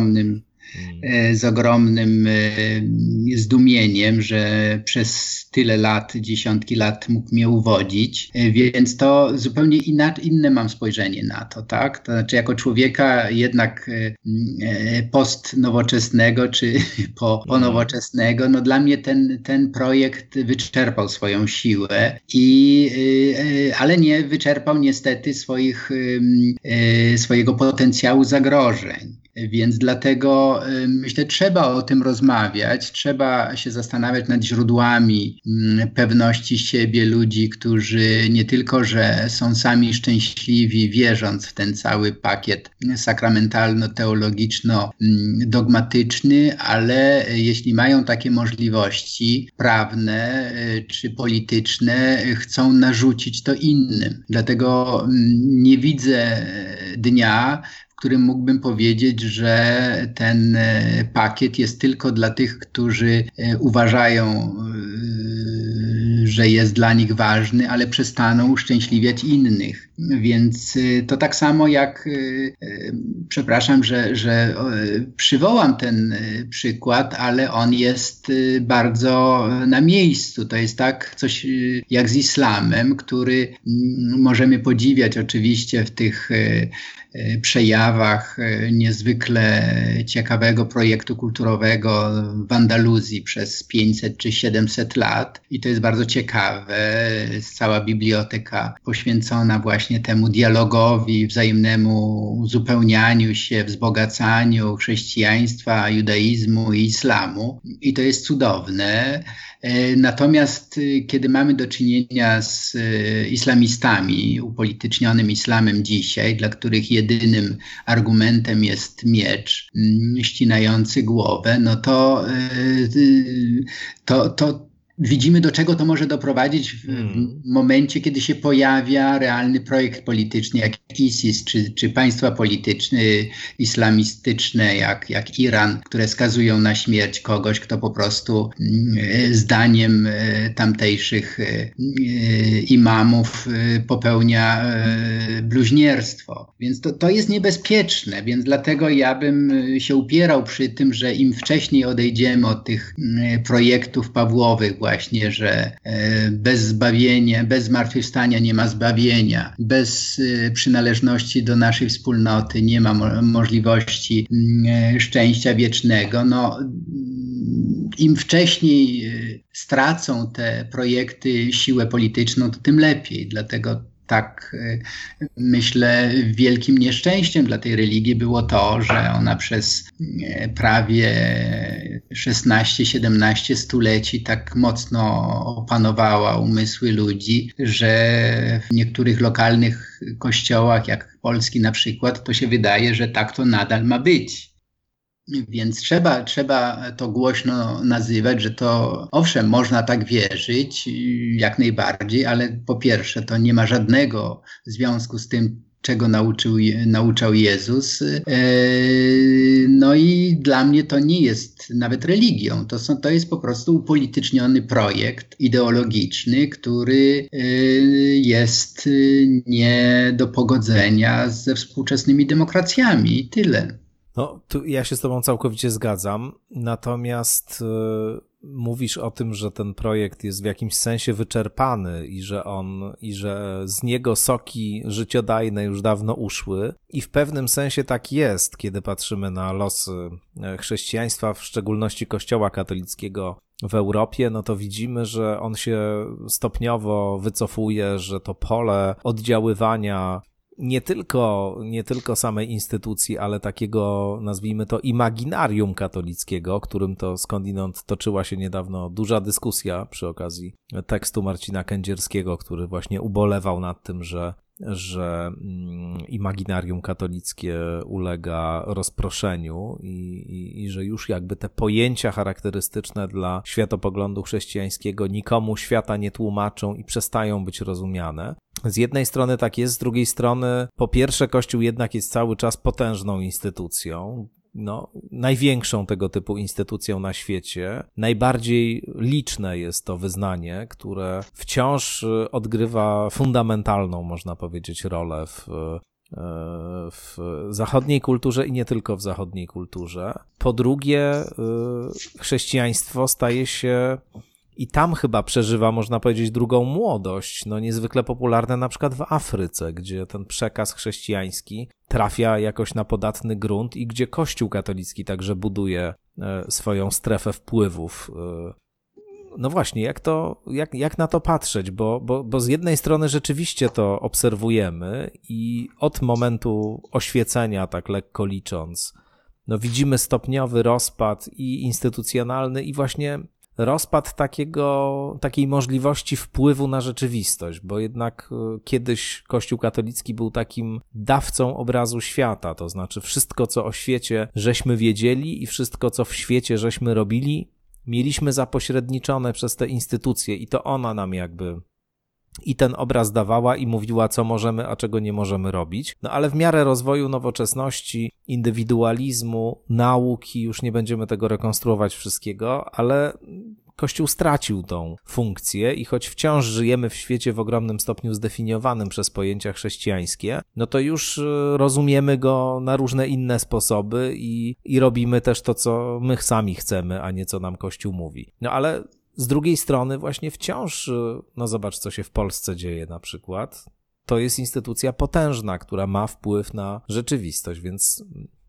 z ogromnym zdumieniem, że przez tyle lat, dziesiątki lat mógł mnie uwodzić, więc to zupełnie inne mam spojrzenie na to, tak? To znaczy jako człowieka jednak postnowoczesnego czy ponowoczesnego, no dla mnie ten projekt wyczerpał swoją siłę ale nie wyczerpał niestety swojego potencjału zagrożeń. Więc dlatego myślę, trzeba o tym rozmawiać, trzeba się zastanawiać nad źródłami pewności siebie ludzi, którzy nie tylko, że są sami szczęśliwi, wierząc w ten cały pakiet sakramentalno-teologiczno-dogmatyczny, ale jeśli mają takie możliwości prawne czy polityczne, chcą narzucić to innym. Dlatego nie widzę dnia, w którym mógłbym powiedzieć, że ten pakiet jest tylko dla tych, którzy uważają, że jest dla nich ważny, ale przestaną uszczęśliwiać innych. Więc to tak samo jak, przepraszam, że przywołam ten przykład, ale on jest bardzo na miejscu. To jest tak coś jak z islamem, który możemy podziwiać oczywiście w tych przejawach niezwykle ciekawego projektu kulturowego w Andaluzji przez 500 czy 700 lat. I to jest bardzo ciekawe. Jest cała biblioteka poświęcona właśnie temu dialogowi, wzajemnemu uzupełnianiu się, wzbogacaniu chrześcijaństwa, judaizmu i islamu. I to jest cudowne. Natomiast kiedy mamy do czynienia z islamistami, upolitycznionym islamem dzisiaj, dla których jedynym argumentem jest miecz ścinający głowę, no to widzimy, do czego to może doprowadzić w momencie, kiedy się pojawia realny projekt polityczny, jak ISIS, czy państwa polityczne, islamistyczne, jak Iran, które skazują na śmierć kogoś, kto po prostu zdaniem tamtejszych imamów popełnia bluźnierstwo. Więc to jest niebezpieczne, więc dlatego ja bym się upierał przy tym, że im wcześniej odejdziemy od tych projektów Pawłowych właśnie, że bez zbawienia, bez zmartwychwstania nie ma zbawienia, bez przynależności do naszej wspólnoty nie ma możliwości szczęścia wiecznego. No, im wcześniej stracą te projekty siłę polityczną, to tym lepiej. Dlatego tak myślę, wielkim nieszczęściem dla tej religii było to, że ona przez prawie 16-17 stuleci tak mocno opanowała umysły ludzi, że w niektórych lokalnych kościołach, jak Polski na przykład, to się wydaje, że tak to nadal ma być. Więc trzeba to głośno nazywać, że to owszem, można tak wierzyć jak najbardziej, ale po pierwsze to nie ma żadnego związku z tym, czego nauczał Jezus. No i dla mnie to nie jest nawet religią. To jest po prostu upolityczniony projekt ideologiczny, który jest nie do pogodzenia ze współczesnymi demokracjami i tyle. No, tu ja się z tobą całkowicie zgadzam, natomiast mówisz o tym, że ten projekt jest w jakimś sensie wyczerpany i że z niego soki życiodajne już dawno uszły i w pewnym sensie tak jest, kiedy patrzymy na losy chrześcijaństwa, w szczególności Kościoła katolickiego w Europie, no to widzimy, że on się stopniowo wycofuje, że to pole oddziaływania nie tylko samej instytucji, ale takiego, nazwijmy to, imaginarium katolickiego, o którym to skądinąd toczyła się niedawno duża dyskusja przy okazji tekstu Marcina Kędzierskiego, który właśnie ubolewał nad tym, że imaginarium katolickie ulega rozproszeniu i że już jakby te pojęcia charakterystyczne dla światopoglądu chrześcijańskiego nikomu świata nie tłumaczą i przestają być rozumiane. Z jednej strony tak jest, z drugiej strony po pierwsze Kościół jednak jest cały czas potężną instytucją, największą tego typu instytucją na świecie. Najbardziej liczne jest to wyznanie, które wciąż odgrywa fundamentalną, można powiedzieć, rolę w zachodniej kulturze i nie tylko w zachodniej kulturze. Po drugie, chrześcijaństwo staje się i tam chyba przeżywa, można powiedzieć, drugą młodość, niezwykle popularne na przykład w Afryce, gdzie ten przekaz chrześcijański trafia jakoś na podatny grunt i gdzie Kościół katolicki także buduje swoją strefę wpływów. No właśnie, jak na to patrzeć, bo z jednej strony rzeczywiście to obserwujemy i od momentu oświecenia, tak lekko licząc, widzimy stopniowy rozpad i instytucjonalny i właśnie rozpad takiej możliwości wpływu na rzeczywistość, bo jednak kiedyś Kościół katolicki był takim dawcą obrazu świata, to znaczy wszystko, co o świecie żeśmy wiedzieli i wszystko, co w świecie żeśmy robili, mieliśmy zapośredniczone przez te instytucje i to ona nam jakby i ten obraz dawała i mówiła, co możemy, a czego nie możemy robić. Ale w miarę rozwoju nowoczesności, indywidualizmu, nauki, już nie będziemy tego rekonstruować wszystkiego, ale Kościół stracił tą funkcję i choć wciąż żyjemy w świecie w ogromnym stopniu zdefiniowanym przez pojęcia chrześcijańskie, to już rozumiemy go na różne inne sposoby i robimy też to, co my sami chcemy, a nie co nam Kościół mówi. Ale z drugiej strony właśnie wciąż, zobacz, co się w Polsce dzieje na przykład, to jest instytucja potężna, która ma wpływ na rzeczywistość, więc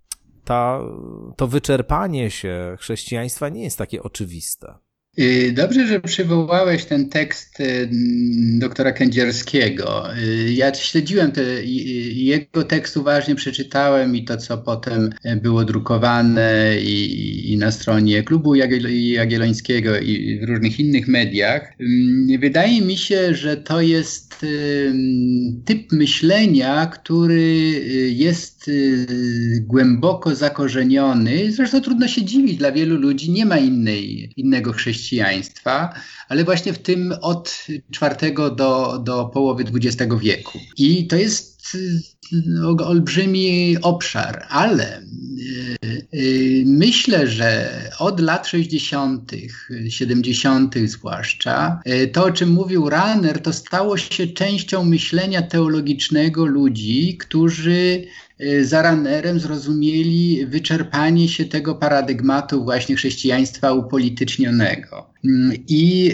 to wyczerpanie się chrześcijaństwa nie jest takie oczywiste. Dobrze, że przywołałeś ten tekst doktora Kędzierskiego. Ja śledziłem jego tekst, uważnie przeczytałem i to, co potem było drukowane i na stronie Klubu Jagiellońskiego i w różnych innych mediach. Wydaje mi się, że to jest typ myślenia, który jest głęboko zakorzeniony. Zresztą trudno się dziwić, dla wielu ludzi nie ma innego chrześcijaństwa, ale właśnie w tym od IV do połowy XX wieku. I to jest olbrzymi obszar, ale myślę, że od lat 60., 70. zwłaszcza, to, o czym mówił Rahner, to stało się częścią myślenia teologicznego ludzi, którzy za Rahnerem zrozumieli wyczerpanie się tego paradygmatu właśnie chrześcijaństwa upolitycznionego. I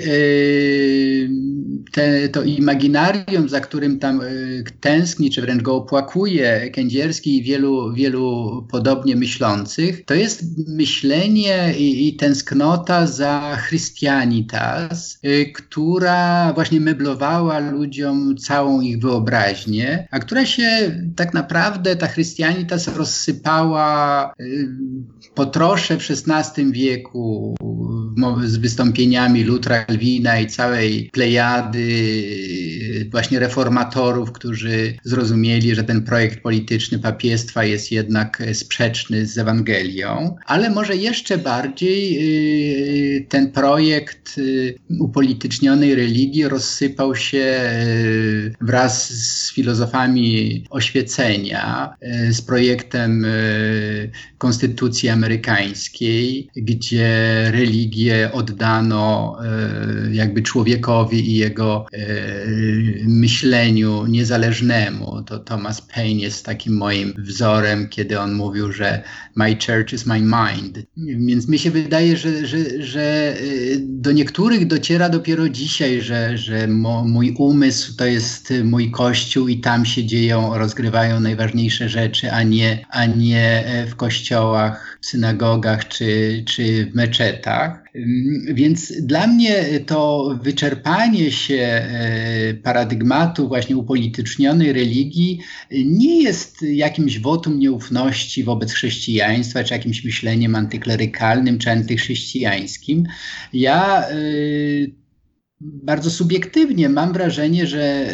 to imaginarium, za którym tam tęskni, czy wręcz go opłakuje Kędzierski i wielu podobnie myślących, to jest myślenie i tęsknota za Christianitas, która właśnie meblowała ludziom całą ich wyobraźnię, a która się tak naprawdę, ta Christianitas rozsypała po trosze w XVI wieku z wystąpieniami Lutra, Kalwina i całej plejady właśnie reformatorów, którzy zrozumieli, że ten projekt polityczny papiestwa jest jednak sprzeczny z Ewangelią, ale może jeszcze bardziej ten projekt upolitycznionej religii rozsypał się wraz z filozofami oświecenia, z projektem Konstytucji Amerykańskiej, gdzie religię oddano jakby człowiekowi i jego myśleniu niezależnemu. To Thomas Paine jest takim moim wzorem, kiedy on mówił, że my church is my mind. Więc mi się wydaje, że do niektórych dociera dopiero dzisiaj, że mój umysł to jest mój kościół i tam się rozgrywają najważniejsze rzeczy, a nie w kościołach, w synagogach czy w meczetach. Więc dla mnie to wyczerpanie się paradygmatu właśnie upolitycznionej religii nie jest jakimś wotum nieufności wobec chrześcijaństwa, czy jakimś myśleniem antyklerykalnym, czy antychrześcijańskim. Ja bardzo subiektywnie mam wrażenie, że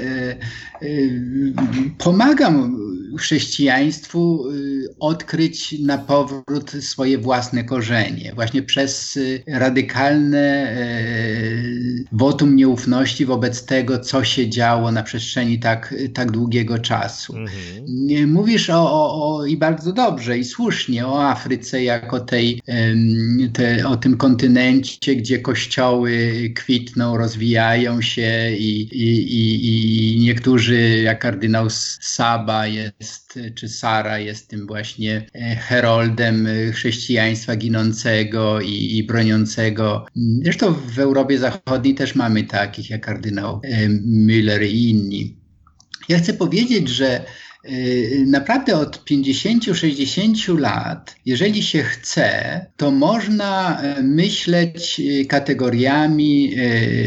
pomagam chrześcijaństwu odkryć na powrót swoje własne korzenie, właśnie przez radykalne wotum nieufności wobec tego, co się działo na przestrzeni tak długiego czasu. Mówisz i bardzo dobrze i słusznie o Afryce jako o tym kontynencie, gdzie kościoły kwitną, rozwijają się i niektórzy, jak kardynał Saba czy Sara jest tym właśnie heroldem chrześcijaństwa ginącego i broniącego. Zresztą w Europie Zachodniej też mamy takich jak kardynał Müller i inni. Ja chcę powiedzieć, że naprawdę od 50-60 lat, jeżeli się chce, to można myśleć kategoriami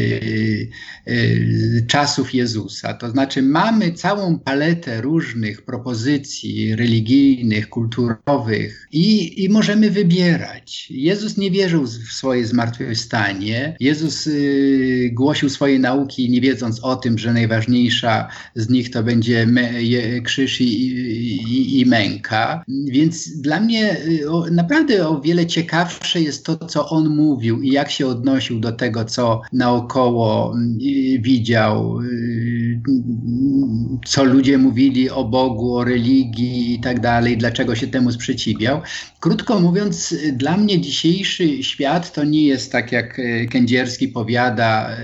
czasów Jezusa. To znaczy mamy całą paletę różnych propozycji religijnych, kulturowych i możemy wybierać. Jezus nie wierzył w swoje zmartwychwstanie. Jezus głosił swoje nauki, nie wiedząc o tym, że najważniejsza z nich to będzie krzyż i męka. Więc dla mnie naprawdę o wiele ciekawsze jest to, co on mówił i jak się odnosił do tego, co naokoło widział, co ludzie mówili o Bogu, o religii i tak dalej, dlaczego się temu sprzeciwiał. Krótko mówiąc, dla mnie dzisiejszy świat to nie jest, tak jak Kędzierski powiada,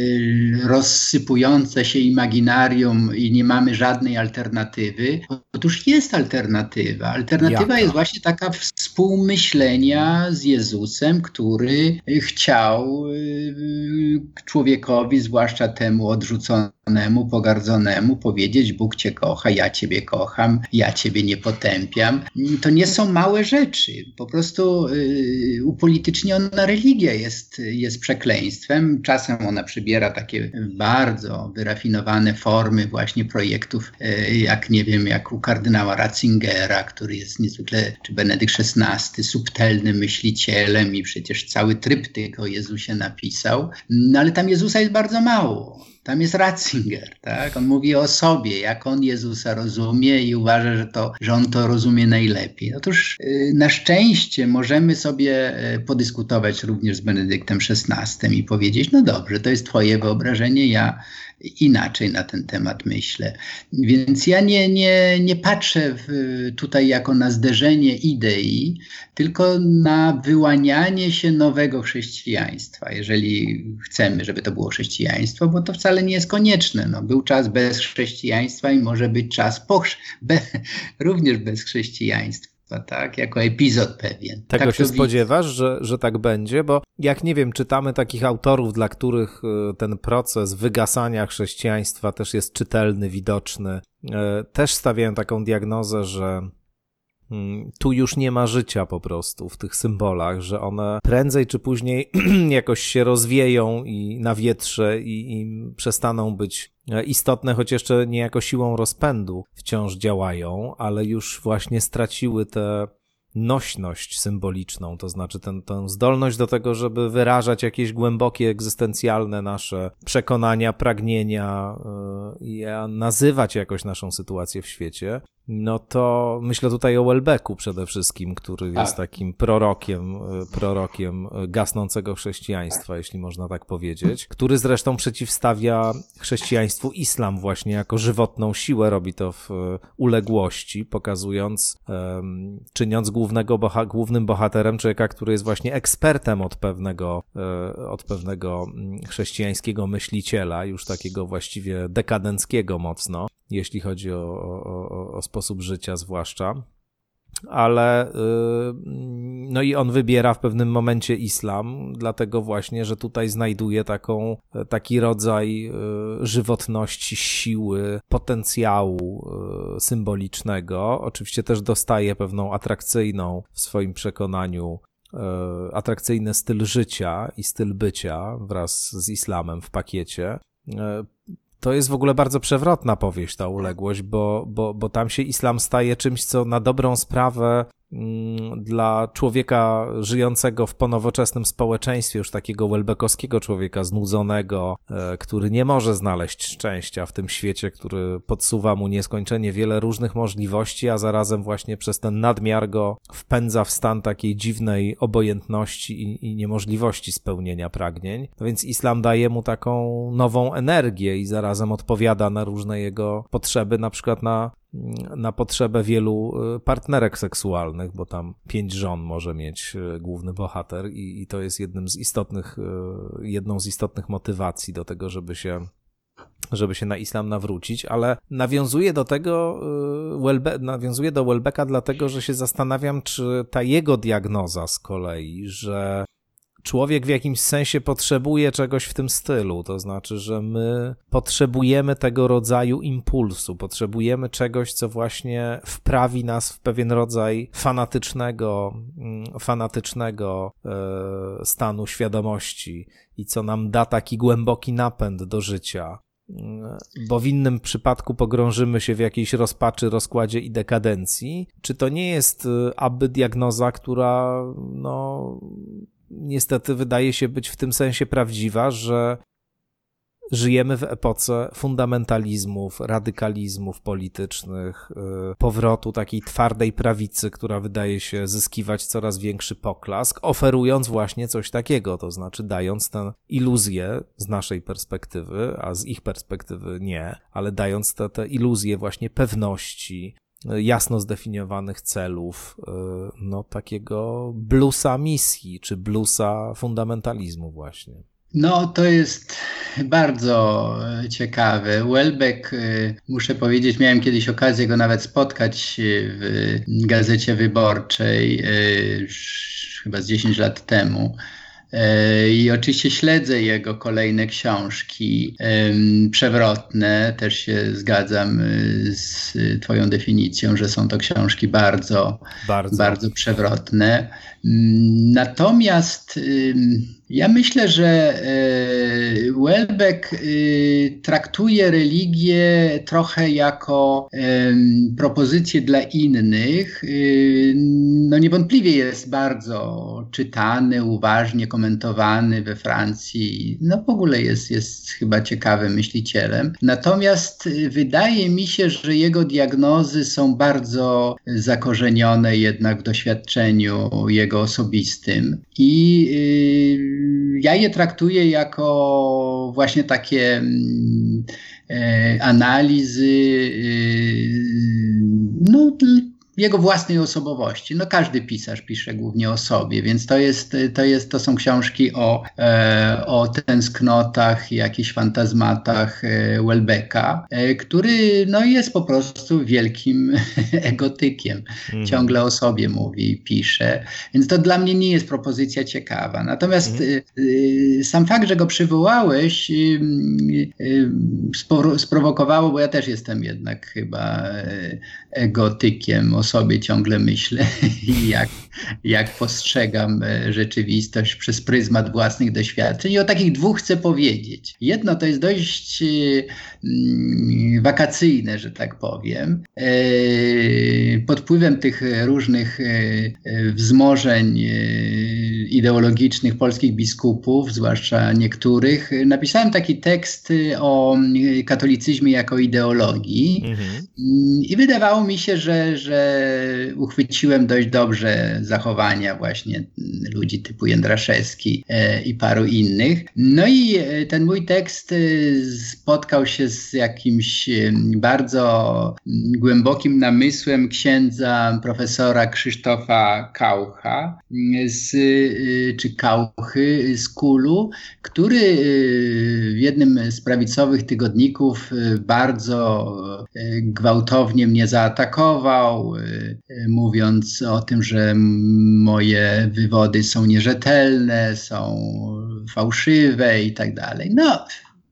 rozsypujące się imaginarium i nie mamy żadnej alternatywy. Otóż jest alternatywa. Alternatywa jest właśnie taka współmyślenia z Jezusem, który chciał człowiekowi, zwłaszcza temu odrzuconemu, pogardzonemu, powiedzieć: Bóg cię kocha, ja ciebie kocham, ja ciebie nie potępiam. To nie są małe rzeczy. Po prostu upolityczniona religia jest przekleństwem. Czasem ona przybiera takie bardzo wyrafinowane formy właśnie projektów, jak u kardynała Ratzingera, który jest niezwykle, czy Benedykt XVI, subtelnym myślicielem i przecież cały tryptyk o Jezusie napisał. No ale tam Jezusa jest bardzo mało. Tam jest Ratzinger, tak? On mówi o sobie, jak on Jezusa rozumie i uważa, że on to rozumie najlepiej. Otóż na szczęście możemy sobie podyskutować również z Benedyktem XVI i powiedzieć: no dobrze, to jest twoje wyobrażenie, ja inaczej na ten temat myślę. Więc ja nie patrzę tutaj jako na zderzenie idei, tylko na wyłanianie się nowego chrześcijaństwa, jeżeli chcemy, żeby to było chrześcijaństwo, bo to wcale nie jest konieczne. No, był czas bez chrześcijaństwa i może być czas również bez chrześcijaństwa. Tak, jako epizod pewien. Tego tak się spodziewasz, że tak będzie? Bo jak nie wiem, czytamy takich autorów, dla których ten proces wygasania chrześcijaństwa też jest czytelny, widoczny. Też stawiają taką diagnozę, że tu już nie ma życia po prostu w tych symbolach, że one prędzej czy później jakoś się rozwieją i na wietrze i przestaną być istotne, choć jeszcze niejako siłą rozpędu wciąż działają, ale już właśnie straciły tę nośność symboliczną, to znaczy tę zdolność do tego, żeby wyrażać jakieś głębokie, egzystencjalne nasze przekonania, pragnienia i nazywać jakoś naszą sytuację w świecie. No to myślę tutaj o Welbecku przede wszystkim, który jest takim prorokiem gasnącego chrześcijaństwa, jeśli można tak powiedzieć, który zresztą przeciwstawia chrześcijaństwu islam właśnie jako żywotną siłę, robi to w uległości, pokazując, czyniąc głównym bohaterem człowieka, który jest właśnie ekspertem od pewnego chrześcijańskiego myśliciela, już takiego właściwie dekadenckiego mocno, jeśli chodzi o sposób życia zwłaszcza, ale no i on wybiera w pewnym momencie islam, dlatego właśnie, że tutaj znajduje taki rodzaj żywotności, siły, potencjału symbolicznego. Oczywiście też dostaje pewną atrakcyjną w swoim przekonaniu atrakcyjny styl życia i styl bycia wraz z islamem w pakiecie. To jest w ogóle bardzo przewrotna powieść, ta uległość, bo tam się islam staje czymś, co na dobrą sprawę dla człowieka żyjącego w ponowoczesnym społeczeństwie, już takiego welbeckowskiego człowieka, znudzonego, który nie może znaleźć szczęścia w tym świecie, który podsuwa mu nieskończenie wiele różnych możliwości, a zarazem właśnie przez ten nadmiar go wpędza w stan takiej dziwnej obojętności i niemożliwości spełnienia pragnień. No więc islam daje mu taką nową energię i zarazem odpowiada na różne jego potrzeby, na przykład na potrzebę wielu partnerek seksualnych, bo tam 5 żon może mieć główny bohater i to jest jedną z istotnych motywacji do tego, żeby się na islam nawrócić, ale nawiązuje do Welbecka dlatego, że się zastanawiam, czy ta jego diagnoza z kolei, że człowiek w jakimś sensie potrzebuje czegoś w tym stylu, to znaczy, że my potrzebujemy tego rodzaju impulsu, potrzebujemy czegoś, co właśnie wprawi nas w pewien rodzaj fanatycznego stanu świadomości i co nam da taki głęboki napęd do życia. Bo w innym przypadku pogrążymy się w jakiejś rozpaczy, rozkładzie i dekadencji. Czy to nie jest aby diagnoza, która niestety wydaje się być w tym sensie prawdziwa, że żyjemy w epoce fundamentalizmów, radykalizmów politycznych, powrotu takiej twardej prawicy, która wydaje się zyskiwać coraz większy poklask, oferując właśnie coś takiego, to znaczy dając tę iluzję z naszej perspektywy, a z ich perspektywy nie, ale dając tę iluzję właśnie pewności, jasno zdefiniowanych celów, takiego bluesa misji, czy bluesa fundamentalizmu właśnie. No, to jest bardzo ciekawe. Welbeck, muszę powiedzieć, miałem kiedyś okazję go nawet spotkać w Gazecie Wyborczej, chyba z 10 lat temu. I oczywiście śledzę jego kolejne książki przewrotne. Też się zgadzam z twoją definicją, że są to książki bardzo przewrotne. Natomiast ja myślę, że Welbeck traktuje religię trochę jako propozycję dla innych. No niewątpliwie jest bardzo czytany, uważnie komentowany we Francji. No w ogóle jest chyba ciekawym myślicielem. Natomiast wydaje mi się, że jego diagnozy są bardzo zakorzenione jednak w doświadczeniu jego osobistym. I ja je traktuję jako właśnie takie analizy jego własnej osobowości. No każdy pisarz pisze głównie o sobie, więc to są książki o tęsknotach i jakichś fantazmatach Welbecka, który jest po prostu wielkim egotykiem. Ciągle o sobie mówi i pisze, więc to dla mnie nie jest propozycja ciekawa. Natomiast sam fakt, że go przywołałeś, sprowokowało, bo ja też jestem jednak chyba egotykiem, o sobie ciągle myślę i jak postrzegam rzeczywistość przez pryzmat własnych doświadczeń. I o takich dwóch chcę powiedzieć. Jedno to jest dość wakacyjne, że tak powiem. Pod wpływem tych różnych wzmożeń ideologicznych polskich biskupów, zwłaszcza niektórych, napisałem taki tekst o katolicyzmie jako ideologii i wydawało mi się, że uchwyciłem dość dobrze zachowania właśnie ludzi typu Jędraszewski i paru innych. No i ten mój tekst spotkał się z jakimś bardzo głębokim namysłem księdza profesora Krzysztofa Kaucha czy Kauchy z Kulu, który w jednym z prawicowych tygodników bardzo gwałtownie mnie zaatakował, mówiąc o tym, że moje wywody są nierzetelne, są fałszywe i tak dalej. No,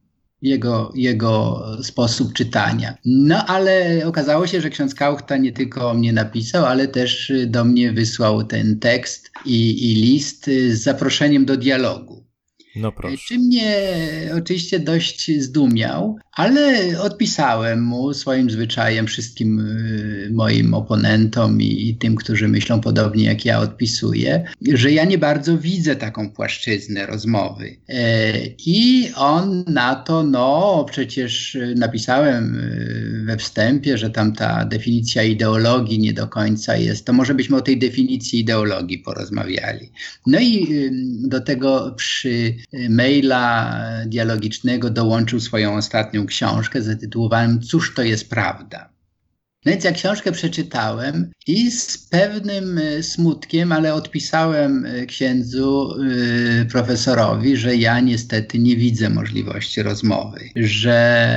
jego sposób czytania. No, ale okazało się, że ksiądz Kauchta nie tylko o mnie napisał, ale też do mnie wysłał ten tekst i list z zaproszeniem do dialogu. No proszę. Czym mnie oczywiście dość zdumiał, ale odpisałem mu swoim zwyczajem, wszystkim moim oponentom i tym, którzy myślą podobnie jak ja, odpisuję, że ja nie bardzo widzę taką płaszczyznę rozmowy. I on na to, no przecież napisałem we wstępie, że tam ta definicja ideologii nie do końca jest, to może byśmy o tej definicji ideologii porozmawiali. No i do tego przy maila dialogicznego dołączył swoją ostatnią książkę zatytułowaną Cóż to jest prawda? No więc ja książkę przeczytałem i z pewnym smutkiem, ale odpisałem księdzu profesorowi, że ja niestety nie widzę możliwości rozmowy, że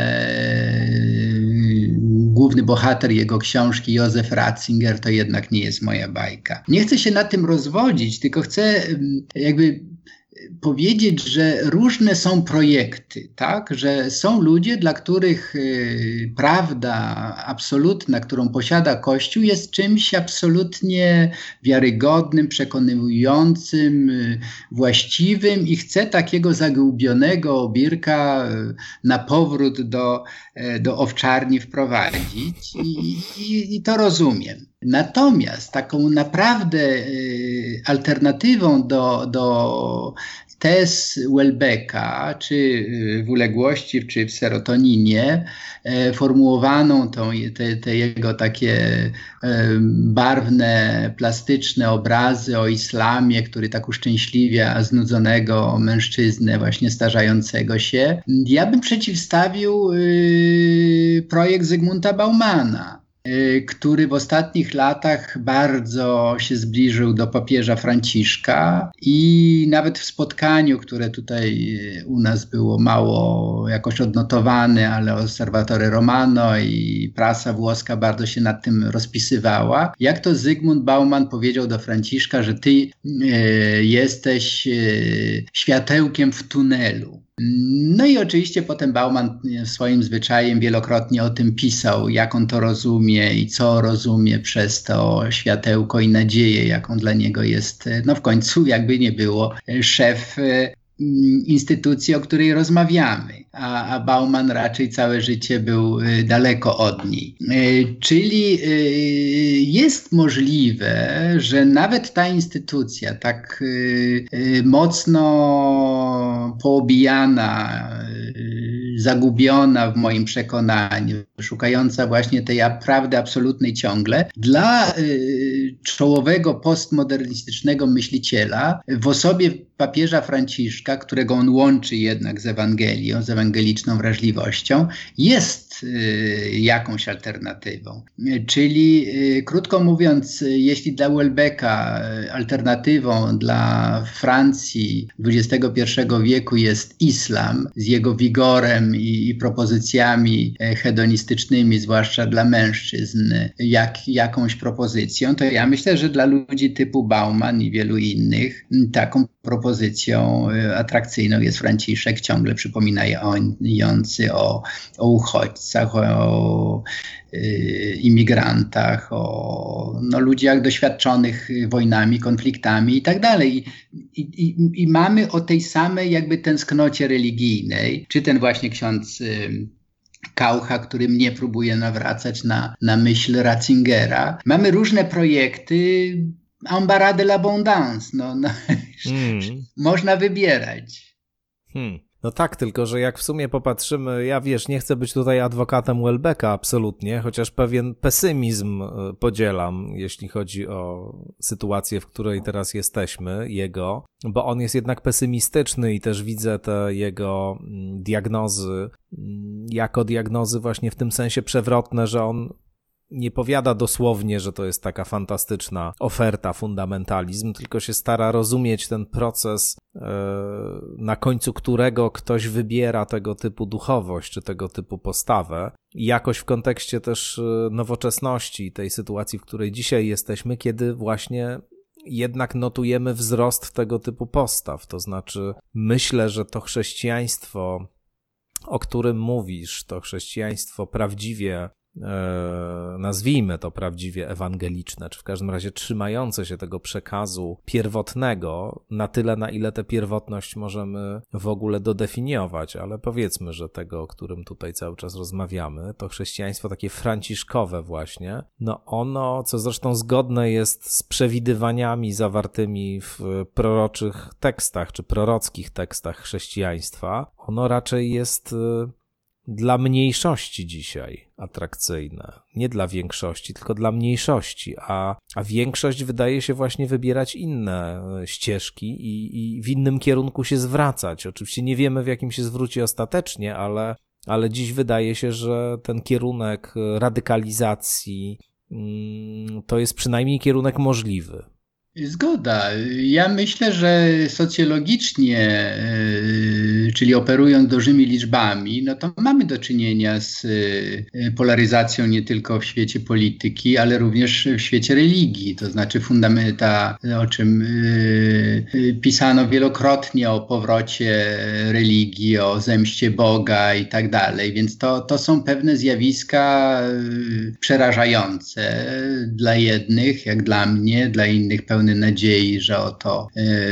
główny bohater jego książki, Józef Ratzinger, to jednak nie jest moja bajka. Nie chcę się na tym rozwodzić, tylko chcę jakby powiedzieć, że różne są projekty, tak? Że są ludzie, dla których prawda absolutna, którą posiada Kościół, jest czymś absolutnie wiarygodnym, przekonującym, właściwym i chce takiego zagubionego obirka na powrót do owczarni wprowadzić i to rozumiem. Natomiast taką naprawdę alternatywą do tez Welbecka, czy w uległości, czy w serotoninie, formułowaną te jego takie barwne, plastyczne obrazy o islamie, który tak uszczęśliwia znudzonego mężczyznę właśnie starzającego się, ja bym przeciwstawił projekt Zygmunta Baumana, który w ostatnich latach bardzo się zbliżył do papieża Franciszka i nawet w spotkaniu, które tutaj u nas było mało jakoś odnotowane, ale Osservatore Romano i prasa włoska bardzo się nad tym rozpisywała, jak to Zygmunt Bauman powiedział do Franciszka, że ty jesteś światełkiem w tunelu. No i oczywiście potem Bauman swoim zwyczajem wielokrotnie o tym pisał, jak on to rozumie i co rozumie przez to światełko i nadzieję, jaką dla niego jest, no w końcu jakby nie było, szef instytucji, o której rozmawiamy, a Bauman raczej całe życie był daleko od niej. Czyli jest możliwe, że nawet ta instytucja tak mocno poobijana, zagubiona w moim przekonaniu, szukająca właśnie tej prawdy absolutnej ciągle, dla czołowego postmodernistycznego myśliciela w osobie papieża Franciszka, którego on łączy jednak z Ewangelią, z ewangeliczną wrażliwością, jest jakąś alternatywą. Czyli krótko mówiąc, jeśli dla Welbecka alternatywą dla Francji XXI wieku jest islam z jego wigorem i propozycjami hedonistycznymi, zwłaszcza dla mężczyzn, jakąś propozycją, to ja myślę, że dla ludzi typu Bauman i wielu innych taką propozycją atrakcyjną jest Franciszek, ciągle przypominający o uchodźcach, o imigrantach, o ludziach doświadczonych wojnami, konfliktami i tak dalej. I mamy o tej samej jakby tęsknocie religijnej, czy ten właśnie ksiądz Kaucha, który mnie próbuje nawracać na myśl Ratzingera. Mamy różne projekty, embarras de l'abondance, można wybierać. No tak, tylko że jak w sumie popatrzymy, ja nie chcę być tutaj adwokatem Welbecka absolutnie, chociaż pewien pesymizm podzielam, jeśli chodzi o sytuację, w której teraz jesteśmy, bo on jest jednak pesymistyczny i też widzę te jego diagnozy jako diagnozy właśnie w tym sensie przewrotne, że on nie powiada dosłownie, że to jest taka fantastyczna oferta, fundamentalizm, tylko się stara rozumieć ten proces, na końcu którego ktoś wybiera tego typu duchowość, czy tego typu postawę. I jakoś w kontekście też nowoczesności, tej sytuacji, w której dzisiaj jesteśmy, kiedy właśnie jednak notujemy wzrost tego typu postaw. To znaczy, myślę, że to chrześcijaństwo, o którym mówisz, to chrześcijaństwo prawdziwie nazwijmy to prawdziwie ewangeliczne, czy w każdym razie trzymające się tego przekazu pierwotnego na tyle, na ile tę pierwotność możemy w ogóle dodefiniować, ale powiedzmy, że tego, o którym tutaj cały czas rozmawiamy, to chrześcijaństwo takie franciszkowe właśnie, no ono, co zresztą zgodne jest z przewidywaniami zawartymi w proroczych tekstach, czy prorockich tekstach chrześcijaństwa, ono raczej jest dla mniejszości dzisiaj atrakcyjne. Nie dla większości, tylko dla mniejszości, a większość wydaje się właśnie wybierać inne ścieżki i w innym kierunku się zwracać. Oczywiście nie wiemy, w jakim się zwróci ostatecznie, ale dziś wydaje się, że ten kierunek radykalizacji to jest przynajmniej kierunek możliwy. Zgoda. Ja myślę, że socjologicznie, czyli operując dużymi liczbami, no to mamy do czynienia z polaryzacją nie tylko w świecie polityki, ale również w świecie religii. To znaczy fundamenta, o czym pisano wielokrotnie, o powrocie religii, o zemście Boga i tak dalej. Więc to są pewne zjawiska przerażające dla jednych, jak dla mnie, dla innych pełny nadziei, że oto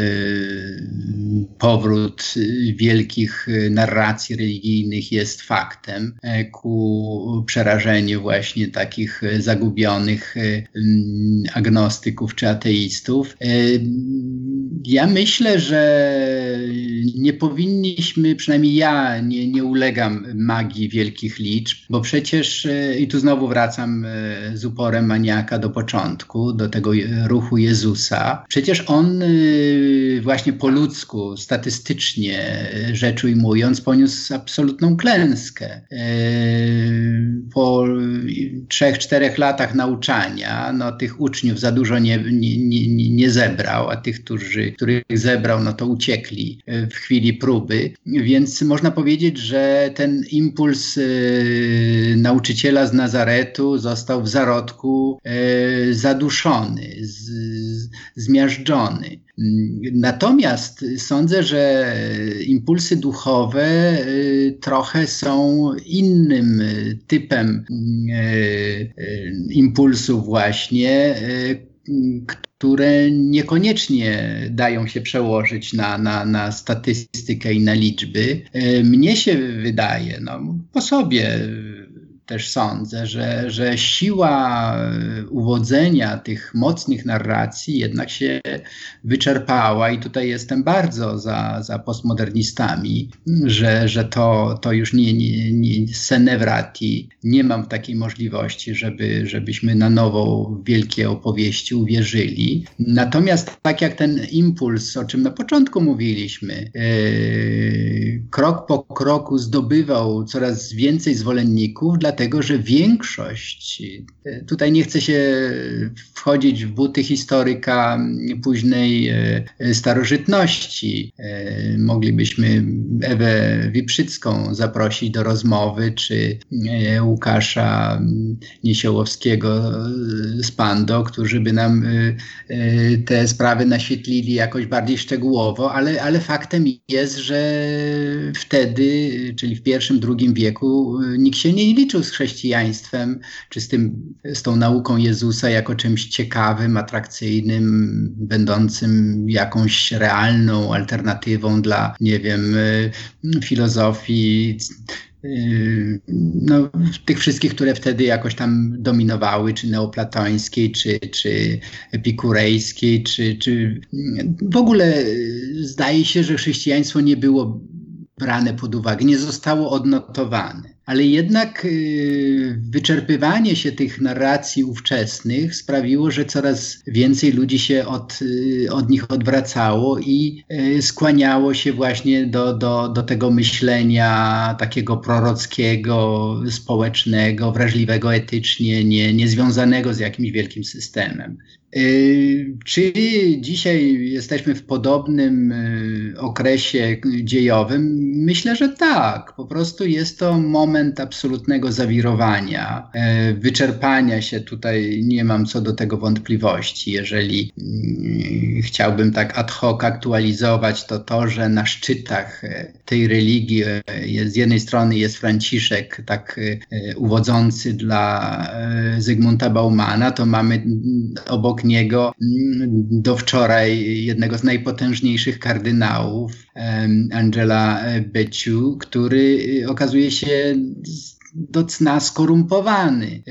powrót wielkich narracji religijnych jest faktem ku przerażeniu właśnie takich zagubionych agnostyków czy ateistów. Ja myślę, że nie powinniśmy, przynajmniej ja nie ulegam magii wielkich liczb, bo przecież, i tu znowu wracam z uporem maniaka do początku, do tego ruchu Jezusa, przecież on właśnie po ludzku, statystycznie rzecz ujmując, poniósł absolutną klęskę. Po 3-4 latach nauczania, no tych uczniów za dużo nie zebrał, a tych, których zebrał, no to uciekli w chwili próby, więc można powiedzieć, że ten impuls nauczyciela z Nazaretu został w zarodku zaduszony, zmiażdżony. Natomiast sądzę, że impulsy duchowe trochę są innym typem impulsów właśnie, które niekoniecznie dają się przełożyć na statystykę i na liczby. Mnie się wydaje, po sobie też sądzę, że siła uwodzenia tych mocnych narracji jednak się wyczerpała i tutaj jestem bardzo za postmodernistami, że to już nie senevrati, nie mam takiej możliwości, żebyśmy na nowo w wielkie opowieści uwierzyli. Natomiast tak jak ten impuls, o czym na początku mówiliśmy, krok po kroku zdobywał coraz więcej zwolenników, dlatego że większość, tutaj nie chcę się wchodzić w buty historyka późnej starożytności, moglibyśmy Ewę Wiprzycką zaprosić do rozmowy, czy Łukasza Niesiołowskiego z Pando, którzy by nam te sprawy naświetlili jakoś bardziej szczegółowo, ale faktem jest, że wtedy, czyli w I-II wieku, nikt się nie liczył z chrześcijaństwem, czy z tą nauką Jezusa jako czymś ciekawym, atrakcyjnym, będącym jakąś realną alternatywą dla, nie wiem, filozofii, tych wszystkich, które wtedy jakoś tam dominowały, czy neoplatońskiej, czy epikurejskiej, czy w ogóle zdaje się, że chrześcijaństwo nie było brane pod uwagę, nie zostało odnotowane. Ale jednak wyczerpywanie się tych narracji ówczesnych sprawiło, że coraz więcej ludzi się od nich odwracało i skłaniało się właśnie do tego myślenia takiego prorockiego, społecznego, wrażliwego etycznie, niezwiązanego z jakimś wielkim systemem. Czy dzisiaj jesteśmy w podobnym okresie dziejowym? Myślę, że tak. Po prostu jest to moment absolutnego zawirowania, wyczerpania się. Tutaj nie mam co do tego wątpliwości. Jeżeli chciałbym tak ad hoc aktualizować, to, że na szczytach tej religii z jednej strony jest Franciszek, tak uwodzący dla Zygmunta Baumana, to mamy obok niego do wczoraj jednego z najpotężniejszych kardynałów, Angela Becciu, który okazuje się do cna skorumpowany.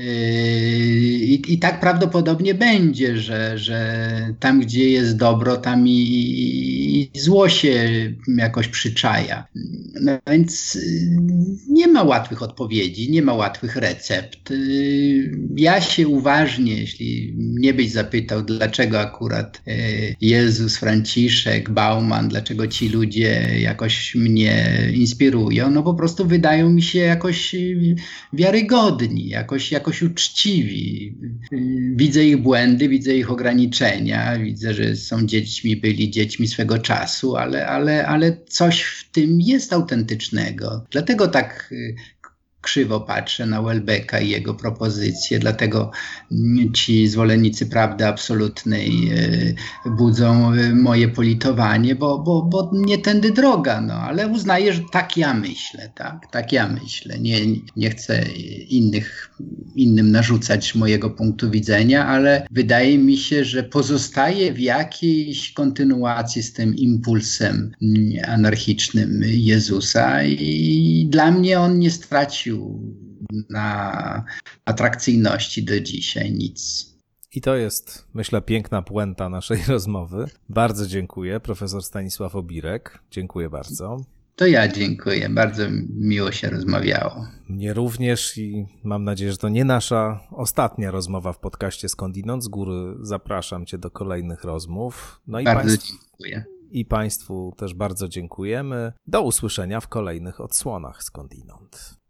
I tak prawdopodobnie będzie, że tam, gdzie jest dobro, tam i zło się jakoś przyczaja. No więc nie ma łatwych odpowiedzi, nie ma łatwych recept. Ja się uważnie, jeśli mnie byś zapytał, dlaczego akurat Jezus, Franciszek, Bauman, dlaczego ci ludzie jakoś mnie inspirują, no po prostu wydają mi się jakoś wiarygodni, jakoś uczciwi. Widzę ich błędy, widzę ich ograniczenia, widzę, że byli dziećmi swego czasu, ale coś w tym jest autentycznego. Dlatego tak krzywo patrzę na Welbecka i jego propozycje, dlatego ci zwolennicy prawdy absolutnej budzą moje politowanie, bo nie tędy droga, no, ale uznaję, że tak ja myślę, tak ja myślę. Nie chcę innym narzucać mojego punktu widzenia, ale wydaje mi się, że pozostaje w jakiejś kontynuacji z tym impulsem anarchicznym Jezusa i dla mnie on nie stracił na atrakcyjności do dzisiaj nic. I to jest, myślę, piękna puenta naszej rozmowy. Bardzo dziękuję, profesor Stanisław Obirek. Dziękuję bardzo. To ja dziękuję, bardzo miło się rozmawiało. Mnie również i mam nadzieję, że to nie nasza ostatnia rozmowa w podcaście Skądinąd. Z góry zapraszam Cię do kolejnych rozmów. No i bardzo dziękuję. I Państwu też bardzo dziękujemy. Do usłyszenia w kolejnych odsłonach Skądinąd.